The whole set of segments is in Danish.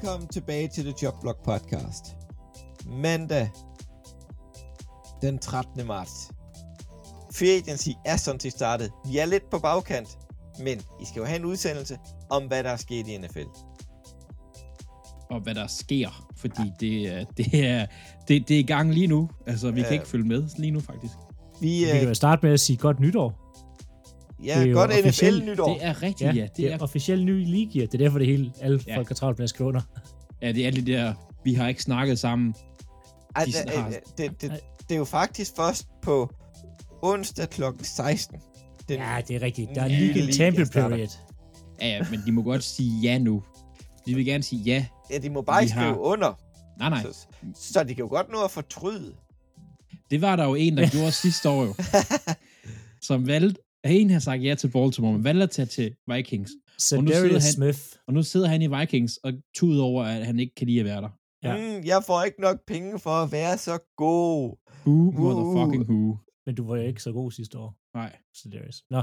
Velkommen tilbage til The Jobblock Podcast. Mandag den 13. marts. Free Agency er sådan set startet. Vi er lidt på bagkant, men I skal jo have en udsendelse om, hvad der er sket i NFL. Og hvad der sker, fordi det er i gang lige nu. Altså, vi kan ikke følge med lige nu, faktisk. Vi kan jo starte med at sige godt nytår. Ja, det er godt NFL-nytår. Det er rigtigt, ja. Det er officielt ny liga. Det er derfor, det hele alle folk er travlt med at skrive under. Ja, det er det der, vi har ikke snakket sammen. Det er jo faktisk først på onsdag kl. 16. Ja, det er rigtigt. Der er en temple period. Ja, men de må godt sige ja nu. De vil gerne sige ja. Ja, de må bare ikke skrive under. Nej. Så de kan jo godt nå at fortryde. Det var der jo en, der gjorde sidste år jo. Som valgte, en har sagt ja til Baltimore, men valgte at tage til Vikings. Og nu sidder han i Vikings og tuder over, at han ikke kan lide at være der. Ja. Jeg får ikke nok penge for at være så god. Who motherfucking who. Men du var jo ikke så god sidste år. Nej. Sedarius. Nå.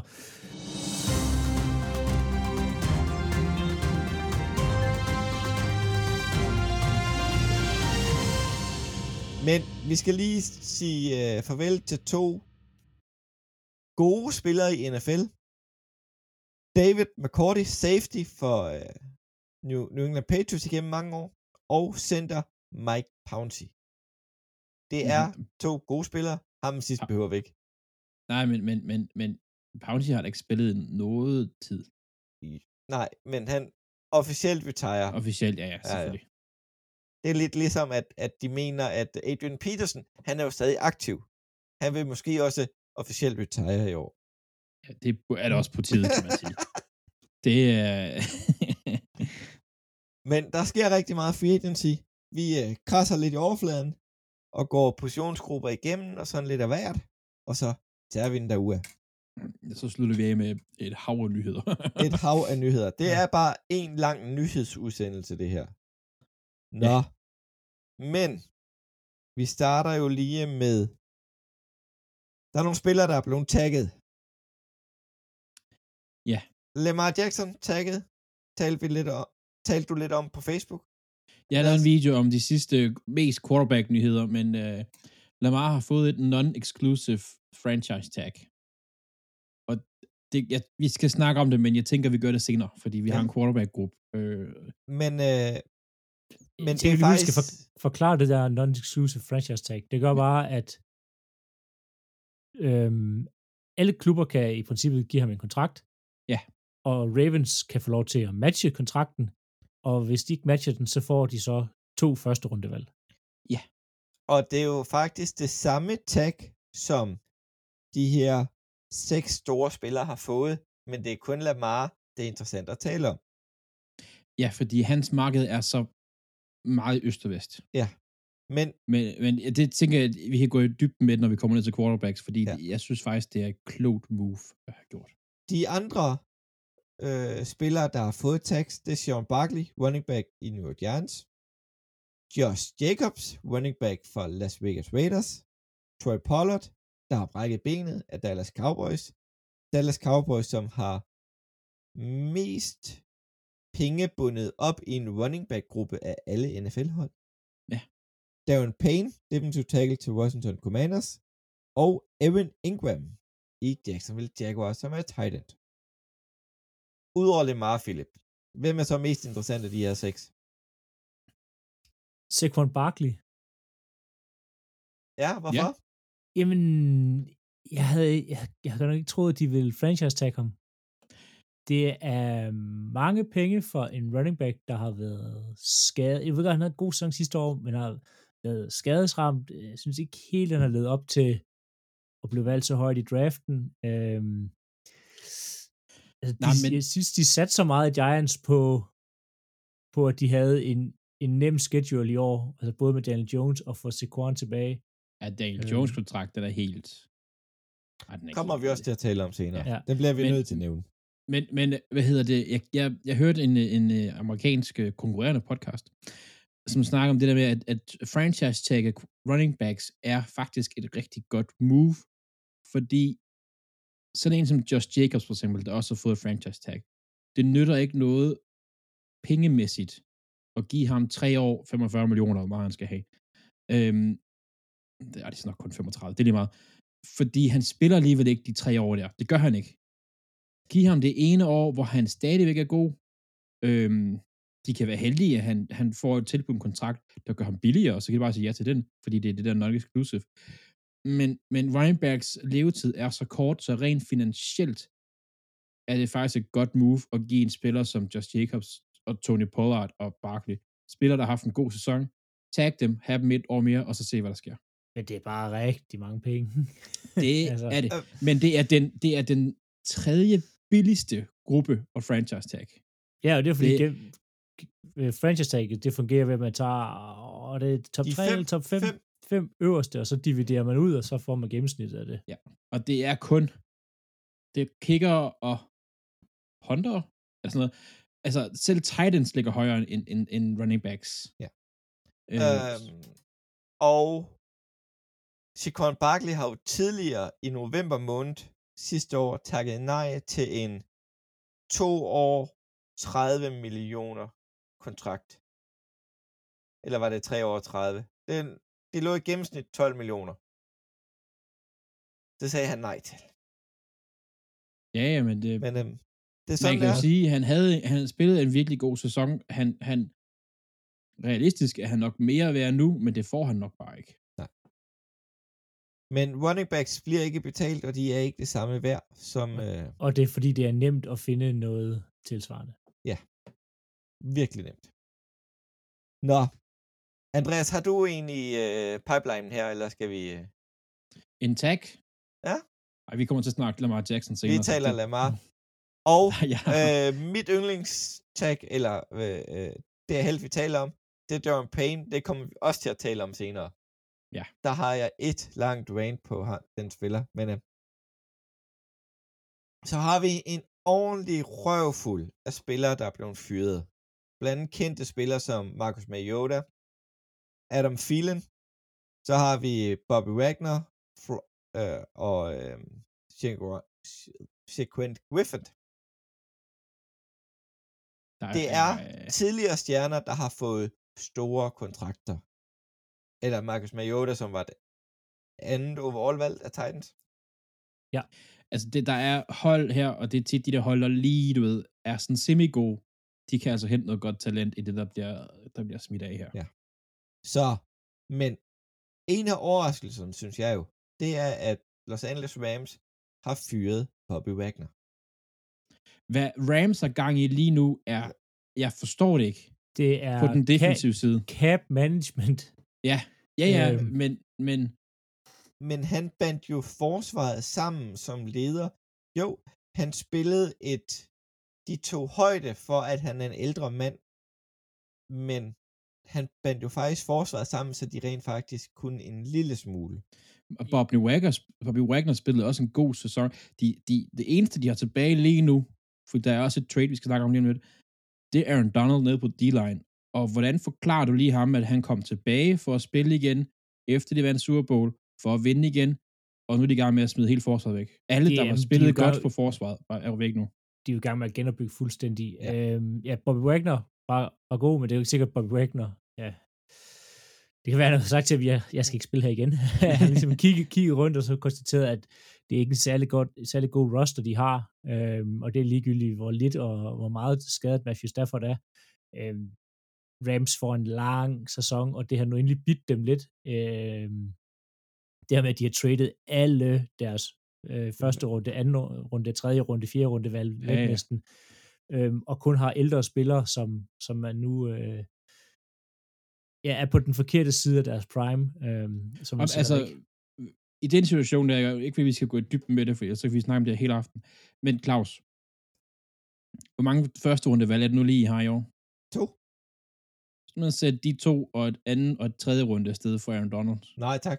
Men vi skal lige sige farvel til to gode spillere i NFL. David McCourty, safety for New England Patriots igennem mange år, og center Mike Pouncey. Det er to gode spillere. Ham sidst behøver vi ikke. Nej, men Pouncey har da ikke spillet noget tid. Nej, men han officielt retire. Officielt, ja, selvfølgelig. Ja. Det er lidt ligesom, at de mener, at Adrian Peterson, han er jo stadig aktiv. Han vil måske også officielt retire i år. Ja, det er da også på tide, kan man sige. Det er... Men der sker rigtig meget free agency. Vi krasser lidt i overfladen, og går positionsgrupper igennem, og sådan lidt af hvert, og så tager vi den derude. Så slutter vi af med et hav af nyheder. Et hav af nyheder. Det er bare en lang nyhedsudsendelse, det her. Nå. Ja. Men vi starter jo lige med, der er nogle spillere, der er blevet tagget. Ja. Lamar Jackson tagget. Talte du lidt om på Facebook? Jeg har lavet en video om de sidste mest quarterback-nyheder, men Lamar har fået et non-exclusive franchise tag. Og vi skal snakke om det, men jeg tænker, vi gør det senere, fordi vi har en quarterback-gruppe. Men det er faktisk... skal forklare det der non-exclusive franchise tag. Det gør bare, at alle klubber kan i princippet give ham en kontrakt. Ja. Og Ravens kan få lov til at matche kontrakten. Og hvis de ikke matcher den, så får de så 2 første rundevalg. Ja. Og det er jo faktisk det samme tag, som de her 6 store spillere har fået, men det er kun Lamar, det er interessant at tale om. Ja, fordi hans marked er så meget øst og vest. Ja. Men det tænker jeg, at vi kan gå i dybden med, når vi kommer ned til quarterbacks, fordi jeg synes faktisk, det er et klogt move, at have gjort. De andre spillere, der har fået tags, det er Sean Barkley, running back i New York Giants, Josh Jacobs, running back for Las Vegas Raiders, Troy Pollard, der har brækket benet af Dallas Cowboys, som har mest penge bundet op i en running back-gruppe af alle NFL-hold. Ja. Darren Payne, defensive tackle til Washington Commanders, og Evan Ingram i Jacksonville Jaguars, som er tight end. Udover Lamar, Philip, hvem er så mest interessant af de her 6? Saquon Barkley. Ja, hvorfor? Ja. Jamen, jeg havde nok ikke troet, at de ville franchise tag ham. Det er mange penge for en running back, der har været skadet. Jeg ved godt, han havde en god sæson sidste år, men har været skadesramt. Jeg synes ikke helt, han har levet op til at blive valgt så højt i draften. Jeg synes, de satte så meget af Giants på at de havde en nem schedule i år, altså både med Daniel Jones og for Saquon tilbage. Ja, Daniel Jones kontrakt, den er helt... Kommer vi også til at tale om senere. Ja. Den bliver vi nødt til at nævne. Men hvad hedder det? Jeg hørte en amerikansk konkurrerende podcast, som snakker om det der med, at franchise tag running backs er faktisk et rigtig godt move, fordi sådan en som Josh Jacobs for eksempel, der også har fået franchise tag, det nytter ikke noget pengemæssigt og give ham 3 år, 45 millioner, hvor meget han skal have. Det er nok kun 35, det er lige meget. Fordi han spiller alligevel ikke de 3 år der. Det gør han ikke. Giv ham det ene år, hvor han stadigvæk er god. De kan være heldige, at han får et tilbud en kontrakt, der gør ham billigere, og så kan de bare sige ja til den, fordi det er det der non-exclusive. Men running backs levetid er så kort, så rent finansielt er det faktisk et godt move at give en spiller som Josh Jacobs og Tony Pollard og Barkley. Spillere, der har haft en god sæson. Tag dem, have dem et år mere, og så se, hvad der sker. Men det er bare rigtig mange penge. Det altså. Er det. Men det er den tredje billigste gruppe af franchise tag. Ja, og det er fordi franchise tag, det fungerer ved, at man tager og det er top 3 eller top 5 øverste, og så dividerer man ud, og så får man gennemsnittet af det. Ja, og det er kun det er kicker og hunter, altså noget. Altså, selv Titans ligger højere end running backs. Ja. Og Saquon Barkley har jo tidligere i november måned sidste år takket nej til en 2 år 30 millioner kontrakt. Eller var det 3 år 30? Det lå i gennemsnit 12 millioner. Det sagde han nej til. Ja, men det... Men det er sådan, man kan jo sige, han havde spillet en virkelig god sæson. Han realistisk er han nok mere værd nu, men det får han nok bare ikke. Nej. Men running backs bliver ikke betalt, og de er ikke det samme værd som... Og det er fordi, det er nemt at finde noget tilsvarende. Ja, virkelig nemt. Nå, Andreas, har du en i pipelinen her, eller skal vi... En tag? Ja. Ej, vi kommer til at snakke Lamar Jackson senere. Vi taler Lamar. Og ja. Mit yndlingstag, eller det er helt, vi taler om, det er Daron Payne. Det kommer vi også til at tale om senere. Ja. Der har jeg et langt rant på den spiller. Men så har vi en ordentlig røvfuld af spillere, der er blevet fyret. Blandt andet kendte spillere som Marcus Mariota, Adam Thielen. Så har vi Bobby Wagner og Shaquem Griffith. Det er tidligere stjerner, der har fået store kontrakter. Eller Marcus Mariota, som var det andet overall valg af Titans. Ja, altså der er hold her, og det er tit de der hold, der lige, du ved, er sådan semi-gode. De kan altså hente noget godt talent i det, der bliver smidt af her. Ja. Så, men en af overraskelserne, synes jeg jo, det er, at Los Angeles Rams har fyret Bobby Wagner. Hvad Rams har gang i lige nu er, jeg forstår det ikke. Det er på den defensive side. Cap management. Ja, men han bandt jo forsvaret sammen som leder. Jo, han spillede de tog højde for, at han er en ældre mand, men han bandt jo faktisk forsvaret sammen, så de rent faktisk kunne en lille smule. Og Bobby Wagner spillede også en god sæson. Det eneste, de har tilbage lige nu, for der er også et trade, vi skal snakke om lige om lidt, det er Aaron Donald nede på D-line. Og hvordan forklarer du lige ham, at han kom tilbage for at spille igen, efter de vandt Super Bowl, for at vinde igen, og nu er de i gang med at smide hele forsvaret væk. Alle, der var spillet godt på forsvaret, er jo væk nu. De er jo i gang med at genopbygge fuldstændig. Ja, Bobby Wagner var god, men det er jo ikke sikkert, Bobby Wagner, ja. Det kan være, at han har sagt til, at jeg skal ikke spille her igen. Han ligesom kigget rundt og så konstateret, at det er ikke en særlig god roster, de har. Og det er ligegyldigt, hvor lidt og hvor meget skadet Matthew Stafford er. Rams får en lang sæson, og det har nu endelig bidt dem lidt. Det her med, at de har traded alle deres første runde, anden runde, tredje runde, fjerde runde valg næsten. Og kun har ældre spillere, som man nu... er på den forkerte side af deres prime. Altså, i den situation, der er jo ikke, at vi skal gå i dybden med det, for så kan vi snakke om det hele aften. Men Claus, hvor mange første runde valg er det nu lige, I har i år? 2. Så man sætter de 2 og et andet og et tredje runde afsted for Aaron Donald. Nej, tak.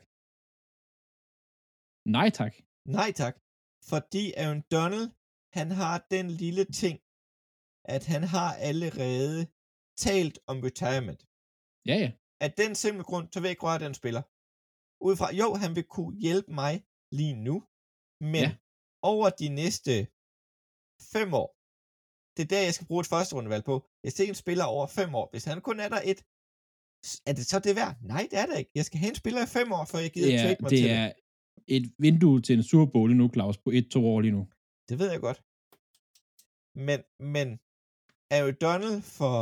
Nej, tak. Nej, tak. Fordi Aaron Donald, han har den lille ting, at han har allerede talt om retirement. Ja. Af den simple grund, så vil jeg ikke røre den spiller. Udefra, jo, han vil kunne hjælpe mig lige nu, men over de næste 5 år, det er der, jeg skal bruge et første rundevalg på. Jeg ser en spiller over 5 år. Hvis han kun er der et, er det så det værd? Nej, det er det ikke. Jeg skal have en spiller i 5 år, før jeg gider trade mig til det. Det er et vindue til en Super Bowl nu, Claus, på 1-2 år lige nu. Det ved jeg godt. Men Aaron Donald for...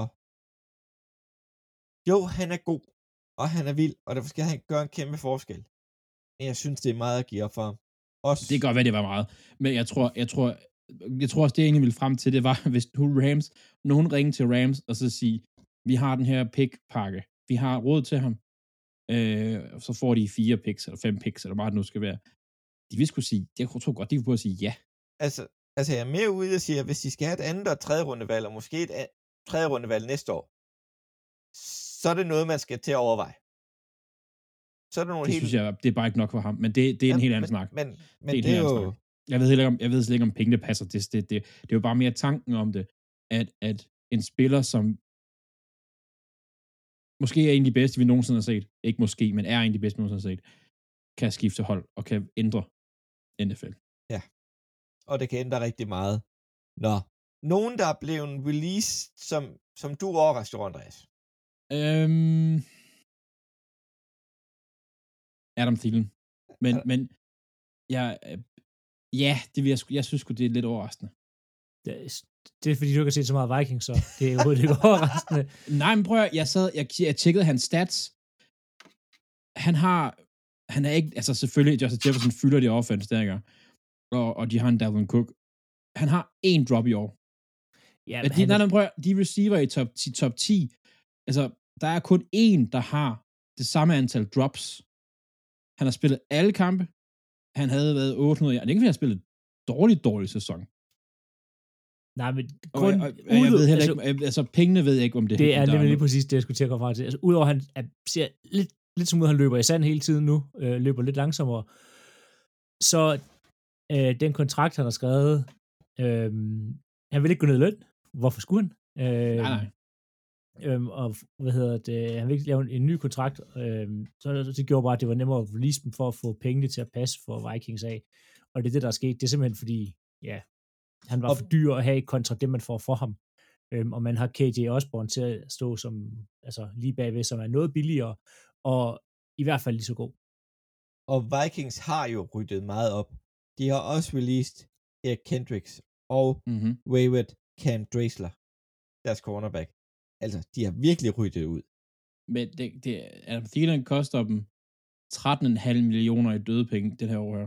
Jo, han er god, og han er vild, og derfor skal han gøre en kæmpe forskel. Men jeg synes, det er meget at give op for ham. Også... Det kan godt være, det var meget. Men jeg tror også, det jeg egentlig ville frem til, det var, hvis nogen ringer til Rams, og så siger, vi har den her pick-pakke. Vi har råd til ham. Så får de 4 picks, eller 5 picks, eller hvad det nu skal være. De vil skulle sige, jeg tror godt, de vil på at sige ja. Altså, jeg er mere ude og siger, at hvis de skal have et andet og tredje rundevalg, og måske et tredje rundevalg næste år, så er det noget, man skal til at overveje. Så er det nogle synes jeg, det er bare ikke nok for ham, men det er en helt anden snak. Men det er jo... Jeg ved slet ikke, om pengene passer. Det er jo bare mere tanken om det, at en spiller, som måske er en af de bedste, vi nogensinde har set, ikke måske, men er en af de bedste, vi nogensinde har set, kan skifte hold og kan ændre NFL. Ja, og det kan ændre rigtig meget. Nå, nogen, der er blevet released, som du overrasker, Andreas? Adam Thielen. Men jeg synes sgu, det er lidt overraskende. Det er fordi, du ikke har set så meget Vikings, så det er overhovedet ikke overraskende. Nej, men prøv at jeg tjekkede hans stats. Han er ikke, altså selvfølgelig, Justin Jefferson fylder de offense der, ikke? Og de har en Dalvin Cook. Han har 1 drop i år. Ja, de receiver i top 10, altså, der er kun 1, der har det samme antal drops. Han har spillet alle kampe. Han havde været 800. Det er ikke, fordi han har spillet dårlig sæson. Nej, men jeg ved heller ikke, altså pengene ved jeg ikke, om det. Det er lige præcis det, jeg skulle til at komme fra til. Altså, udover han ser lidt som ud, han løber i sand hele tiden nu, løber lidt langsommere, så den kontrakt, han har skrevet, han vil ikke gå ned i løn. Hvorfor skulle han? Nej. Og han vil ikke lave en ny kontrakt, så det gjorde bare, at det var nemmere at release dem for at få pengene til at passe for Vikings af. Og det er det, der er sket. Det er simpelthen fordi, ja, han var for dyr at have kontra det, man får for ham. Og man har KJ Osborne til at stå som, altså lige bagved, som er noget billigere, og i hvert fald lige så god. Og Vikings har jo ryddet meget op. De har også released Eric Kendricks og Wayward Cam Drexler, deres cornerback. Altså, de har virkelig ryddet ud. Men Adam Thielen koster dem 13,5 millioner i døde penge, den her år her.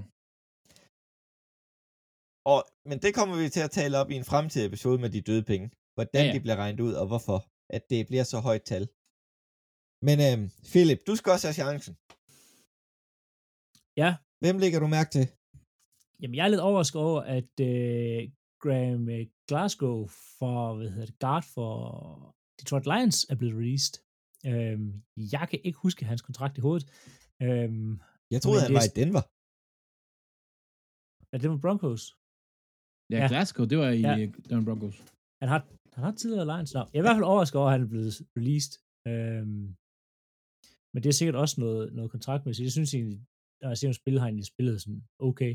Men det kommer vi til at tale op i en fremtidig episode med de døde penge. Hvordan de bliver regnet ud, og hvorfor at det bliver så højt tal. Men Philip, du skal også have chancen. Ja. Hvem lægger du mærke til? Jamen, jeg er lidt overrasket over, at Graham Glasgow guard for Detroit Lions er blevet released. Jeg kan ikke huske hans kontrakt i hovedet. Jeg troede, han var i Denver. Ja, det var Broncos. Ja, Glasgow, det var i Denver Broncos. Han har tidligere Lions. Jeg er i hvert fald overrasket over, at han er blevet released. Men det er sikkert også noget kontraktmæssigt. Jeg synes egentlig, når jeg ser ham spille, har han egentlig spillet sådan okay.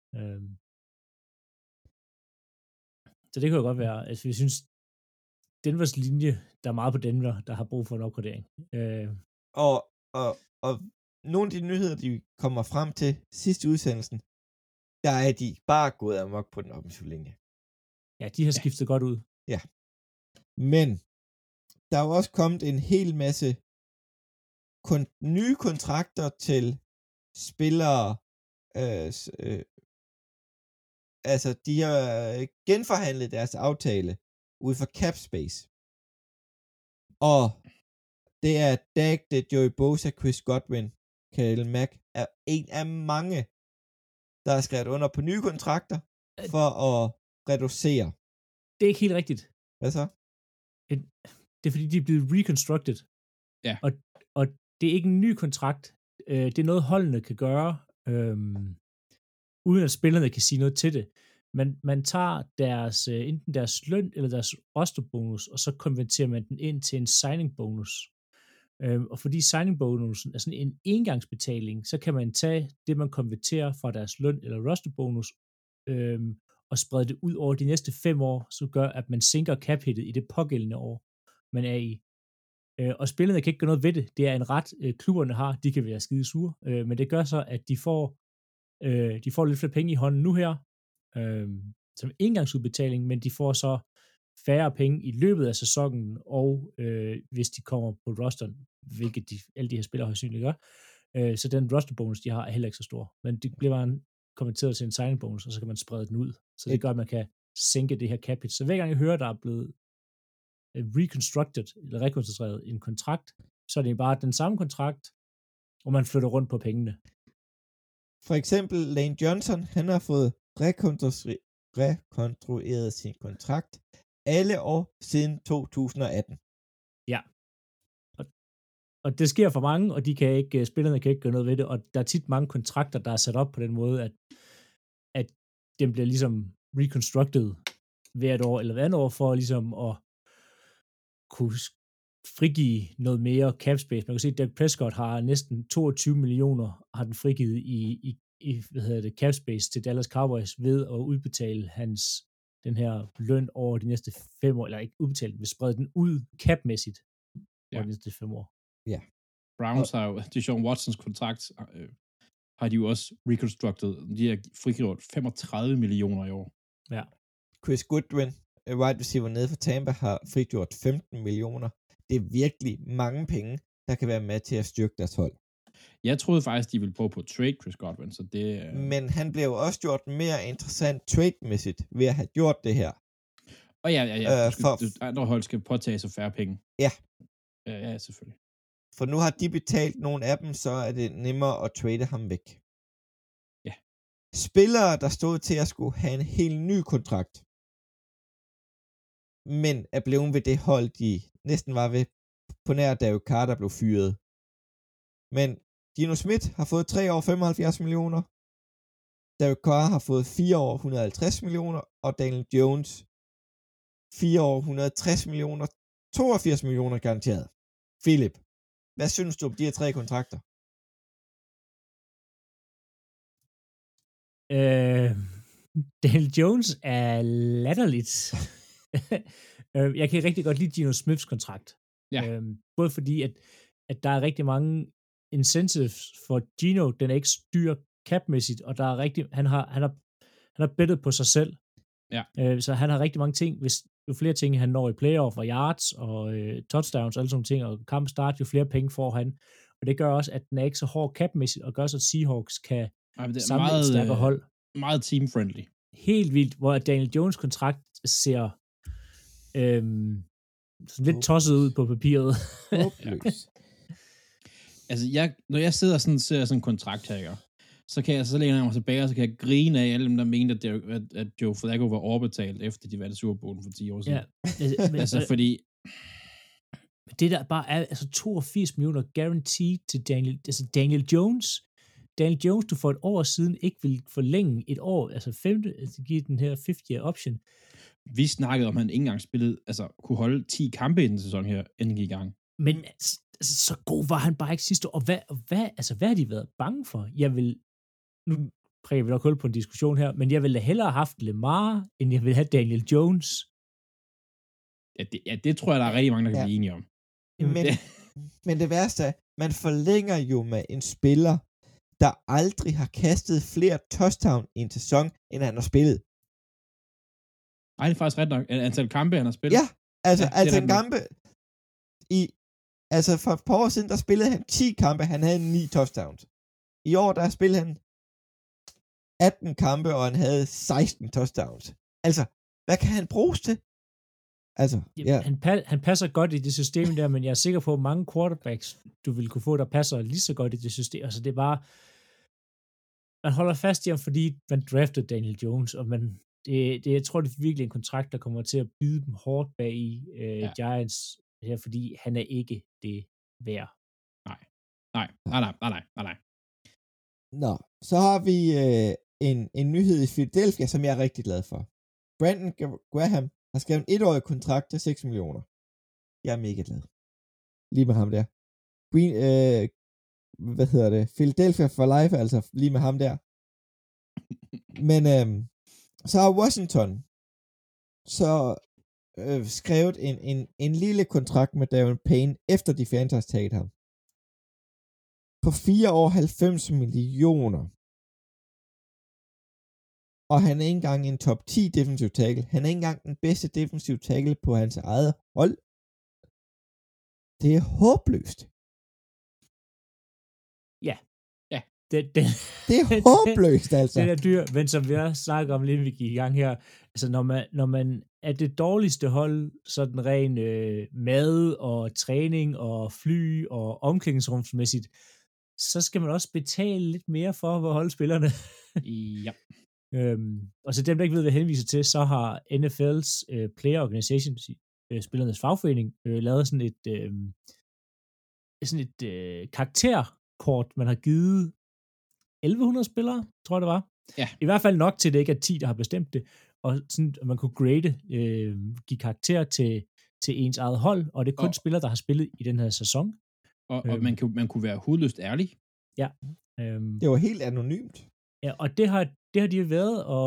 Så det kan jo godt være, altså vi synes, Denvers linje, der er meget på Denver, der har brug for en opgradering. Og nogle af de nyheder, de kommer frem til sidste udsendelsen, der er de bare gået amok på den offensive linje. Ja, de har skiftet godt ud. Ja. Men der er jo også kommet en hel masse nye kontrakter til spillere. Altså, de har genforhandlet deres aftale ud for cap space. Og det er Dak, det er Joey Bosa, Chris Godwin, Khalil Mack, er en af mange, der har skrevet under på nye kontrakter for at reducere. Det er ikke helt rigtigt. Hvad så? Det er fordi, de er blevet reconstructed. Ja. Og det er ikke en ny kontrakt. Det er noget, holdene kan gøre, uden at spillerne kan sige noget til det. Man tager enten deres løn eller deres rosterbonus, og så konverterer man den ind til en signing bonus. Og fordi signing bonusen er sådan en engangsbetaling, så kan man tage det, man konverterer fra deres løn eller rosterbonus, og sprede det ud over de næste 5 år, så gør, at man sænker cap-hittet i det pågældende år, man er i. Og spillerne kan ikke gøre noget ved det. Det er en ret, klubberne har. De kan være skide sure, men det gør så, at de får lidt flere penge i hånden nu her, som engangsudbetaling, men de får så færre penge i løbet af sæsonen, og hvis de kommer på rosteren, hvilket alle de her spillere højsynligt gør, så den rosterbonus, de har, er heller ikke så stor. Men det bliver man konverteret til en signing bonus, og så kan man sprede den ud. Så det gør, at man kan sænke det her cap hit. Så hver gang jeg hører, der er blevet reconstructed, eller rekonstrueret en kontrakt, så er det bare den samme kontrakt, og man flytter rundt på pengene. For eksempel Lane Johnson, han har fået rekonstrueret sin kontrakt alle år siden 2018. Ja. Og det sker for mange, og spillerne kan ikke gøre noget ved det, og der er tit mange kontrakter, der er sat op på den måde, at den bliver ligesom reconstructed hvert år eller hvert andet år, for ligesom at kunne frigive noget mere cap space. Man kan se, at Dak Prescott har næsten 22 millioner, har den frigivet i cap space til Dallas Cowboys ved at udbetale den her løn over de næste 5 år, eller ikke udbetale den, vil sprede den ud capmæssigt over de næste 5 år. Ja. Browns har jo, Deshaun Watsons kontrakt, har de jo også reconstructed. De har frigjort 35 millioner i år. Ja. Chris Goodwin, wide receiver nede for Tampa, har frigjort 15 millioner. Det er virkelig mange penge, der kan være med til at styrke deres hold. Jeg troede faktisk, de ville prøve på at trade Chris Godwin, så det... Men han blev jo også gjort mere interessant trade-mæssigt ved at have gjort det her. Og ja. Andre hold skal påtage sig færre penge. Ja. Ja, selvfølgelig. For nu har de betalt nogle af dem, så er det nemmere at trade ham væk. Ja. Spillere, der stod til at skulle have en helt ny kontrakt, men er blevet ved det hold, de næsten var ved, på nær Derek Carr, der blev fyret. Men Geno Smith har fået 3 år 75 millioner. Derek Carr har fået 4 år 150 millioner. Og Daniel Jones 4 år 160 millioner. 82 millioner garanteret. Philip, hvad synes du om de her 3 kontrakter? Daniel Jones er latterligt. Jeg kan rigtig godt lide Geno Smiths kontrakt. Ja. Både fordi, at der er rigtig mange incentives for Geno, den er ikke styr capmæssigt, og der er han har bettet på sig selv. Ja. Så han har rigtig mange ting. Jo flere ting han når i playoff og yards og touchdowns og alle sådan ting, og kampstart, jo flere penge får han. Og det gør også, at den er ikke så hård capmæssigt, og gør så, at Seahawks kan samle et stærkere hold. Meget team-friendly. Helt vildt, hvor Daniel Jones kontrakt ser lidt tosset ud på papiret. Håbløs. Altså, når jeg sidder og ser sådan en kontrakt her, så læner jeg mig tilbage, og så kan jeg grine af alle dem, der mente, at Joe Flacco var overbetalt, efter de vandt Super Bowl for 10 år siden. Ja, fordi... Det der bare er 82 millioner guaranteed til Daniel Jones. Daniel Jones, du for et år siden ikke ville forlænge et år, give den her 50-year option. Vi snakkede om, at han ikke engang kunne holde 10 kampe i den sæson her, inden gik i gang. Men så god var han bare ikke sidste år. Og hvad har de været bange for? Nu præger vi nok hul på en diskussion her, men jeg ville hellere have haft Lamar, end jeg ville have Daniel Jones. Ja, det tror jeg, der er rigtig mange, der kan blive enige om. Men det værste er, man forlænger jo med en spiller, der aldrig har kastet flere touchdown i en sæson, end han har spillet. Ej, det er faktisk ret nok. Antal kampe, han har spillet. Ja, en kampe. For et par år siden, der spillede han 10 kampe, han havde 9 touchdowns. I år, der spillede han 18 kampe, og han havde 16 touchdowns. Hvad kan han bruges til? Ja. Han passer godt i det system der, men jeg er sikker på, at mange quarterbacks, du vil kunne få, der passer lige så godt i det system. Det er bare, man holder fast i ham, fordi man draftede Daniel Jones, og jeg tror, det er virkelig en kontrakt, der kommer til at bide dem hårdt bag i Giants her, fordi han er ikke det værd. Nej. Nå, så har vi en nyhed i Philadelphia, som jeg er rigtig glad for. Brandon Graham har skrevet en 1-årig kontrakt til 6 millioner. Jeg er mega glad. Lige med ham der. Philadelphia for life, lige med ham der. Men Så har Washington så skrevet en lille kontrakt med Darren Payne, efter de franchise-taget ham. På 4 år 90 millioner. Og han er ikke engang en top 10 defensive tackle. Han er ikke engang den bedste defensive tackle på hans eget hold. Det er håbløst. Ja. Det er håbløst, altså. Det er dyr, men som vi også snakker om lidt, vi gik i gang her, altså når man er det dårligste hold, sådan ren mad og træning og fly og omklædningsrumsmæssigt, så skal man også betale lidt mere for at holde spillerne. Ja. Og så dem, der ikke ved, hvad jeg henviser til, så har NFL's Player Organization, spillernes fagforening, lavet sådan et karakterkort, man har givet 1100 spillere, tror jeg det var. Ja. I hvert fald nok til, det ikke er 10, der har bestemt det. Og sådan, at man kunne grade, give karakter til ens eget hold, og det er kun spillere, der har spillet i den her sæson. Og man kunne være hudløst ærlig. Ja. Det var helt anonymt. Ja, og det har de været, og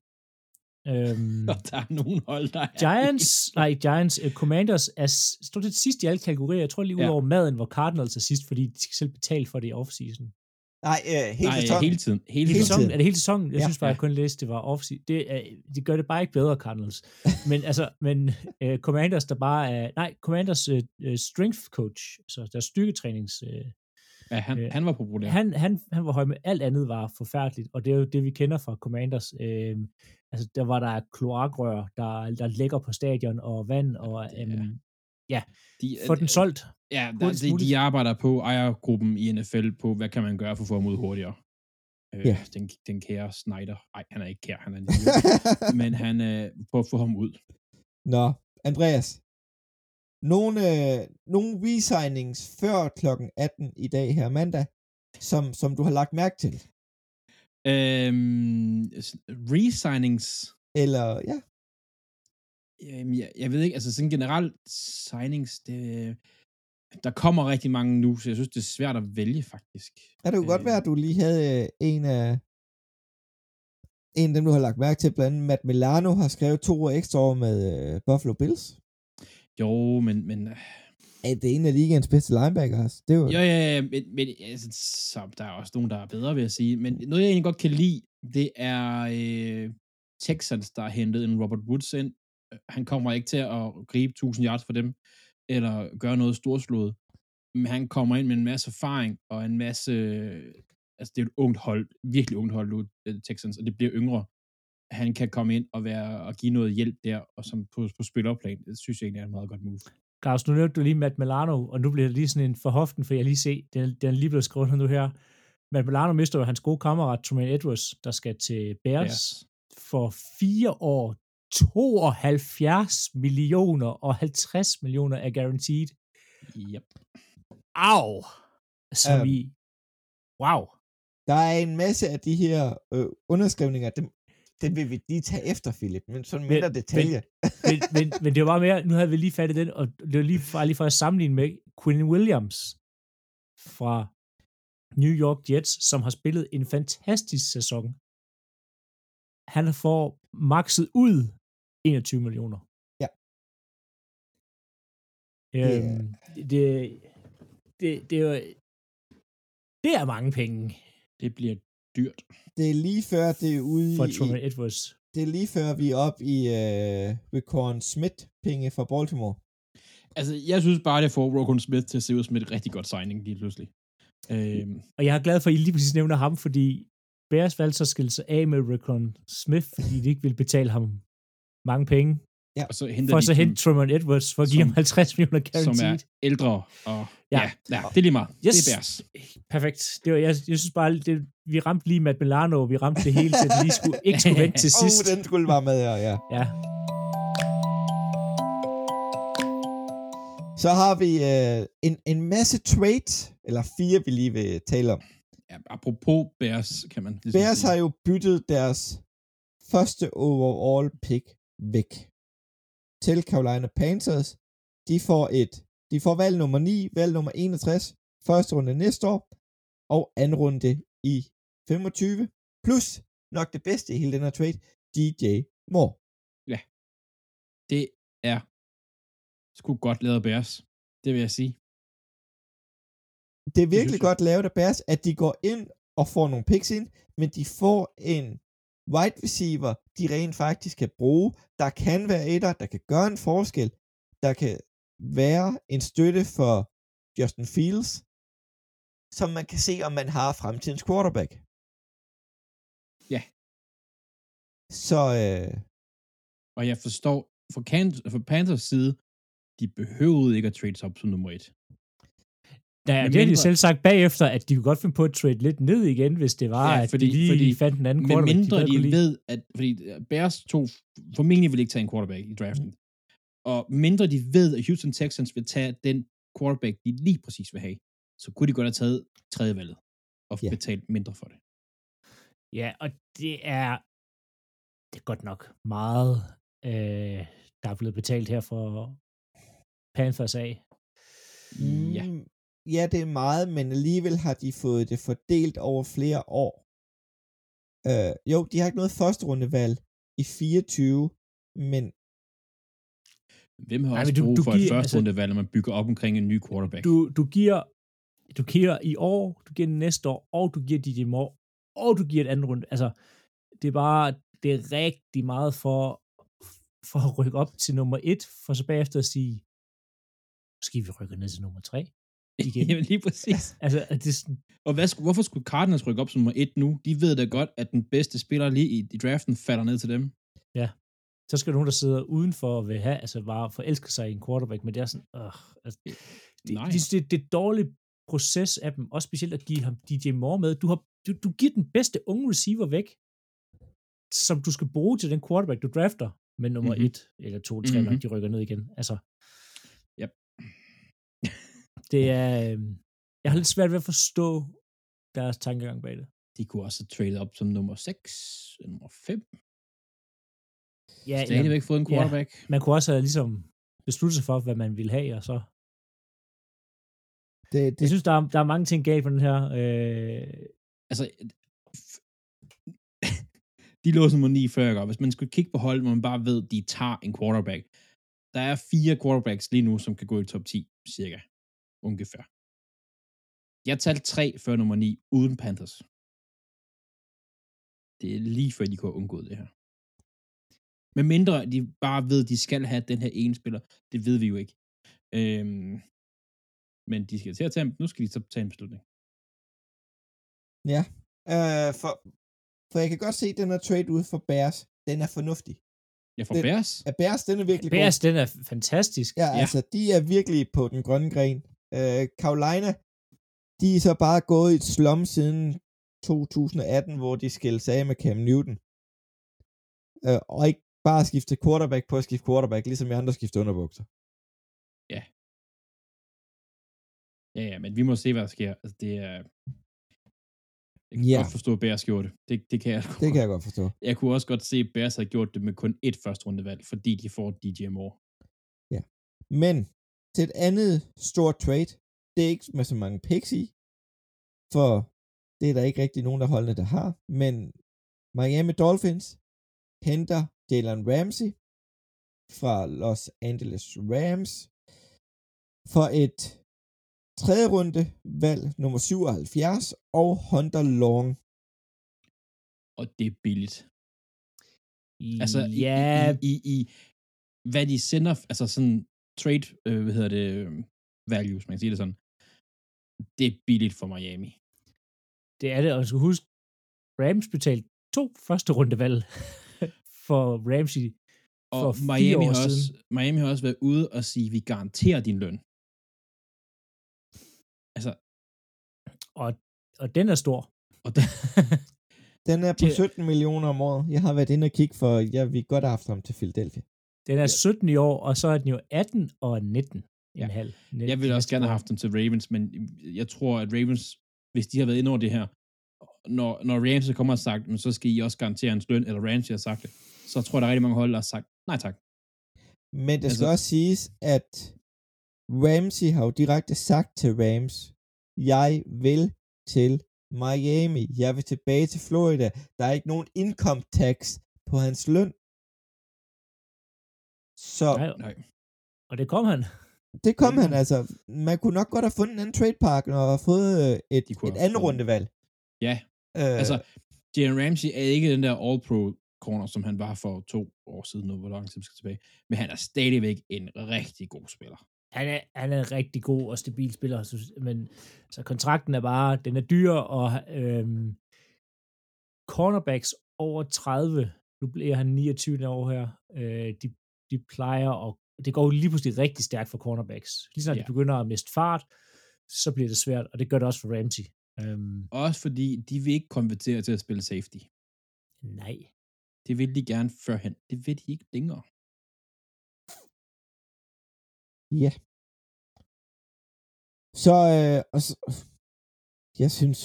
og der er nogen hold, der Commanders er stort set sidst i alle kategorier. Jeg tror lige ud over maden, hvor Cardinals er sidst, fordi de skal selv betale for det i off-season. Nej, hele tiden. Hele sæsonen. Er det hele sæsonen? Jeg synes bare, jeg kun læste, det var off-season. De gør det bare ikke bedre, Cardinals. men Commanders, der bare er... Nej, Commanders strength coach, så deres styrketrænings... Ja, han var populær. Han var høj, med alt andet var forfærdeligt, og det er jo det, vi kender fra Commanders. Altså, der var der kloakrør, der lægger på stadion, og vand, og få den solgt. Ja, de arbejder på ejergruppen i NFL på, hvad kan man gøre for at få ham ud hurtigere. Den kære Snyder. Nej, han er ikke kær, han er en men han på at få ham ud. Nå, Andreas. Nogle re-signings før klokken 18 i dag her mandag, som du har lagt mærke til? Re-signings? Eller, ja. Jeg ved ikke, altså sådan generelt signings, der kommer rigtig mange nu, så jeg synes, det er svært at vælge, faktisk. Ja, det kunne godt være, at du lige havde en af dem, du har lagt mærke til, blandt andet Matt Milano har skrevet 2 år ekstra år med Buffalo Bills. Jo, men det er en af ligaens bedste linebackers. Det er jo... Ja, men altså, så der er også nogen, der er bedre, vil jeg sige. Men noget, jeg egentlig godt kan lide, det er Texans, der har hentet en Robert Woods ind. Han kommer ikke til at gribe 1000 yards for dem, eller gøre noget storslået. Men han kommer ind med en masse erfaring, og en masse... Altså, det er et ungt hold, virkelig ungt hold nu, Texans, og det bliver yngre. Han kan komme ind og give noget hjælp der, og som på spillerplan. Det synes jeg egentlig er en meget godt move. Claus, nu nævnte du lige Matt Milano, og nu bliver det lige sådan en for hoften, for jeg lige se, den er lige blevet skrevet nu her. Matt Milano mister jo hans gode kammerat, Tremaine Edwards, der skal til Bears for 4 år, 72 millioner og 50 millioner er guaranteed. Yep. Au! Som wow. Der er en masse af de her underskrivninger, den vil vi lige tage efter, Philip, men sådan mindre detalje. Men det var bare mere, nu havde vi lige fattet den, og det var lige for at sammenligne med Quinn Williams fra New York Jets, som har spillet en fantastisk sæson. Han får makset ud 21 millioner. Ja. Det er mange penge. Det bliver dyrt. Det er lige før, det er ude for Tremaine Edwards. Det er lige før, vi er oppe i Roquan Smith-penge fra Baltimore. Altså, jeg synes bare, det får Roquan Smith til at se ud som et rigtig godt signing lige pludselig. Og jeg er glad for, at I lige præcis nævner ham, fordi Bears valgte så skille sig af med Roquan Smith, fordi de ikke ville betale ham mange penge. Ja. Og så hente Tremaine Edwards for at give ham 50 millioner guaranteed. Som er ældre, og ja, det er lige meget. Yes. Det er Bears. Perfekt. Det var, jeg synes bare, vi ramte lige Matt Milano, vi ramte det hele, så det ikke skulle vente til sidst. Den skulle være med her, ja. Så har vi en masse trades, eller 4, vi lige vil tale om. Ja, apropos Bears, kan man ligesom Bears sige. har jo byttet deres første overall pick væk til Carolina Panthers. De får valg nummer 9, valg nummer 61, første runde næste år, og anden runde i 25, plus nok det bedste i hele den her trade, DJ Moore. Ja. Det er sgu godt lavet af Bears. Det vil jeg sige. Det er virkelig godt lavet af Bears, at de går ind og får nogle picks ind, men de får en wide receiver, de rent faktisk kan bruge. Der kan være etter, der kan gøre en forskel. Der kan være en støtte for Justin Fields, som man kan se, om man har fremtidens quarterback. Ja. Så, Og jeg forstår, fra Panthers side, de behøvede ikke at trade op som nummer 1. Ja, det har de selv sagt bagefter, at de kunne godt finde på at trade lidt ned igen, hvis det var, at de lige fandt en anden quarterback. Men mindre de ved, at fordi Bears formentlig vil ikke tage en quarterback i draften. Og mindre de ved, at Houston Texans vil tage den quarterback, de lige præcis vil have, så kunne de godt have taget tredje valget og betalt mindre for det. Ja, og det er godt nok meget, der er blevet betalt her for Panthers af. Ja. Ja, det er meget, men alligevel har de fået det fordelt over flere år. Jo, de har ikke noget første rundevalg i 24, men hvem har også brug for et første rundevalg, når man bygger op omkring en ny quarterback? Du giver i år, du giver næste år, og du giver DJ Moore, og du giver et andet runde. Altså, det er rigtig meget for at rykke op til nummer 1, for så bagefter at sige, måske vi rykker ned til nummer 3. Igen. Jamen lige præcis. Altså, det er sådan... Og hvorfor skulle Cardinals rykke op som nummer 1 nu? De ved da godt, at den bedste spiller lige i draften falder ned til dem. Ja. Så skal der nogen, der sidder udenfor og vil have, altså bare forelsker sig i en quarterback, men det er sådan, altså, det er dårlig proces af dem, også specielt at give ham DJ Moore med. Du giver den bedste unge receiver væk, som du skal bruge til den quarterback, du drafter med nummer 1 eller 2 eller 3, når de rykker ned igen. Altså, yep. Det er, jeg har lidt svært ved at forstå deres tankegang bag det. De kunne også have traded op som nummer 6, nummer 5. Ja, stadigvæk fået en quarterback. Ja, man kunne også have ligesom besluttet sig for, hvad man ville have, og så... Jeg synes, der er mange ting galt på den her. Altså, de lå som nummer 9 før, og hvis man skulle kigge på hold, hvor man bare ved, de tager en quarterback. Der er 4 quarterbacks lige nu, som kan gå i top 10, cirka. Ungefær. Jeg talte 3 før nummer 9, uden Panthers. Det er lige før, de kunne have undgået det her. Men mindre de bare ved, at de skal have den her ene spiller, det ved vi jo ikke. Men de skal til at tage, nu skal de så tage en beslutning. Ja, for jeg kan godt se, at den her trade ude for Bears, den er fornuftig. Ja, for Bears? Ja, Bears, den er virkelig Bears, god. den er fantastisk. Ja, altså, de er virkelig på den grønne gren. Carolina, de er så bare gået i et slum siden 2018, hvor de skilte sig af med Cam Newton. Og ikke bare skifte quarterback på at skifte quarterback, ligesom vi andre skifter underbukser. Ja. Ja, men vi må se, hvad der sker. Altså, det er... Jeg kan godt forstå, at Bears gjorde det. Det kan jeg godt. Det kan jeg godt forstå. Jeg kunne også godt se, at Bears havde gjort det med kun 1 første rundevalg, fordi de får DJ Moore. Ja. Men til et andet stort trade, det er ikke med så mange picks i, for det er der ikke rigtig nogen af holdene, der har, men Miami Dolphins henter Jalen Ramsey fra Los Angeles Rams for et 3. runde valg nummer 77 og Hunter Long. Og det er billigt. Altså ja. i hvad de sender, altså sådan trade, values, man kan sige det sådan. Det er billigt for Miami. Det er det, og du skal huske, Rams betalte 2 første rundevalg for Ramsey for 4 år siden. Miami har også været ude og sige, vi garanterer din løn. Altså. Og den er stor. Og den er på 17 millioner om året. Jeg har været inde og kigge for, vi godt har haft ham til Philadelphia. Den er 17 i år, og så er den jo 18 og 19. Ja. Jeg ville også gerne have haft dem til Ravens, men jeg tror, at Ravens, hvis de har været inde over det her, når Ramsey kommer og sagt, men så skal I også garantere hans løn, eller Ramsey har sagt det, så tror jeg, der er rigtig mange hold, der har sagt, nej tak. Men det skal også siges, at Ramsey har jo direkte sagt til Rams, jeg vil til Miami, jeg vil tilbage til Florida, der er ikke nogen income tax på hans løn. Så Nej. Og det kom han. det kom han altså. Man kunne nok godt have fundet en anden tradepartner og fået et andet rundevalg. Ja, altså Jalen Ramsey er ikke den der all-pro corner, som han var for 2 år siden nu, hvor lang tid skal tilbage. Men han er stadigvæk en rigtig god spiller. Han er en rigtig god og stabil spiller, men så kontrakten er bare, den er dyr, og cornerbacks over 30, nu bliver han 29 år her, de plejer, og det går lige pludselig rigtig stærkt for cornerbacks. Lige snart de begynder at miste fart, så bliver det svært, og det gør det også for Ramsey. Også fordi de vil ikke konvertere til at spille safety. Nej. Det vil de gerne førhen. Det vil de ikke længere. Ja. Så, jeg synes,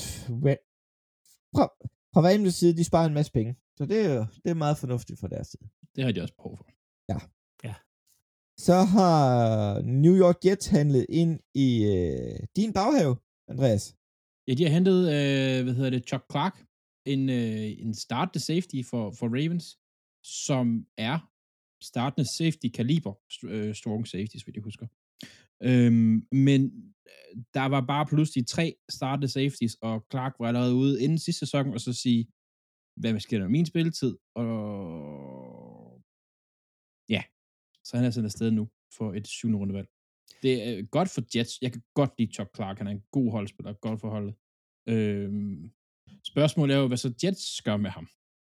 fra Ramsey's side, de sparer en masse penge. Så det er meget fornuftigt fra deres side. Det har de også behov for. Ja. Så har New York Jets handlet ind i din baghave, Andreas. Ja, de har hentet, Chuck Clark, en startende safety for Ravens, som er startende safety kaliber, strong safety, hvis jeg husker. Men der var bare pludselig 3 startende safeties, og Clark var allerede ude inden sidste sæson, og så sige, hvad sker der med min spilletid? Og ja, så han er sendt afsted nu for et 7. rundevalg. Det er godt for Jets. Jeg kan godt lide Chuck Clark. Han er en god holdspiller. Godt for holdet. Spørgsmålet er jo, hvad så Jets gør med ham.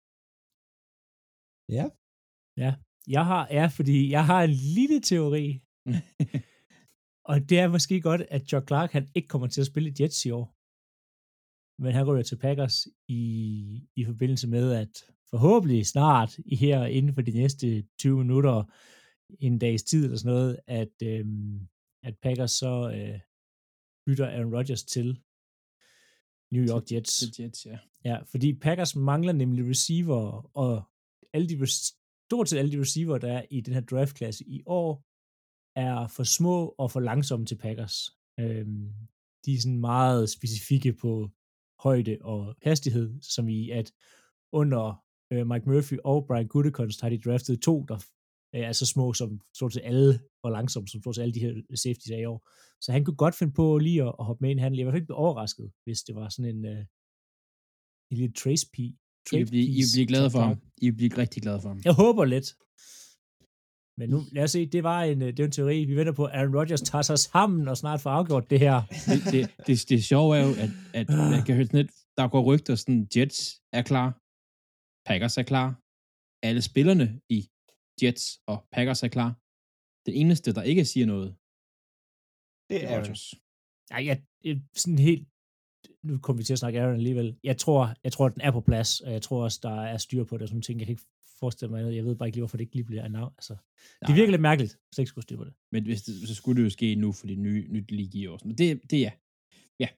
Ja. Fordi jeg har en lille teori. Og det er måske godt, at Chuck Clark, han ikke kommer til at spille i Jets i år. Men han går jo til Packers i forbindelse med, at forhåbentlig snart her inden for de næste 20 minutter, en dags tid eller sådan noget, at Packers så bytter Aaron Rodgers til New York Jets. Jets, ja. Ja, fordi Packers mangler nemlig receiver, og stort set alle de receiver, der er i den her draftklasse i år, er for små og for langsomme til Packers. De er sådan meget specifikke på højde og hastighed, som i at under Mike Murphy og Brian Gutekunst har de draftet 2, der er så små som stort set alle, og langsomme som stort set alle de her safeties er i år. Så han kunne godt finde på lige at hoppe med i en handel. Jeg var i hvert fald ikke overrasket, hvis det var sådan en lille trace piece. I vil blive glade for ham. I vil blive rigtig glade for ham. Jeg håber lidt. Men nu, lad os se, det var en teori. Vi venter på, at Aaron Rodgers tager sig sammen og snart får afgjort det her. Det sjove er jo, at man kan høre sådan lidt, der går rygter sådan, Jets er klar, Packers er klar, alle spillerne i Jets og Packers er klar. Den eneste, der ikke siger noget, det er Rodgers. Nej, sådan helt, nu kommer vi til at snakke Aaron alligevel. Jeg tror, at den er på plads, og jeg tror også, der er styr på det og sådan ting. Jeg kan ikke forestille mig noget. Jeg ved bare ikke lige, hvorfor det ikke lige bliver announced. Altså, det virker lidt mærkeligt, hvis jeg ikke skulle styre på det. Men så skulle det jo ske nu, for det nyt lige i år. Men det ja. Ja.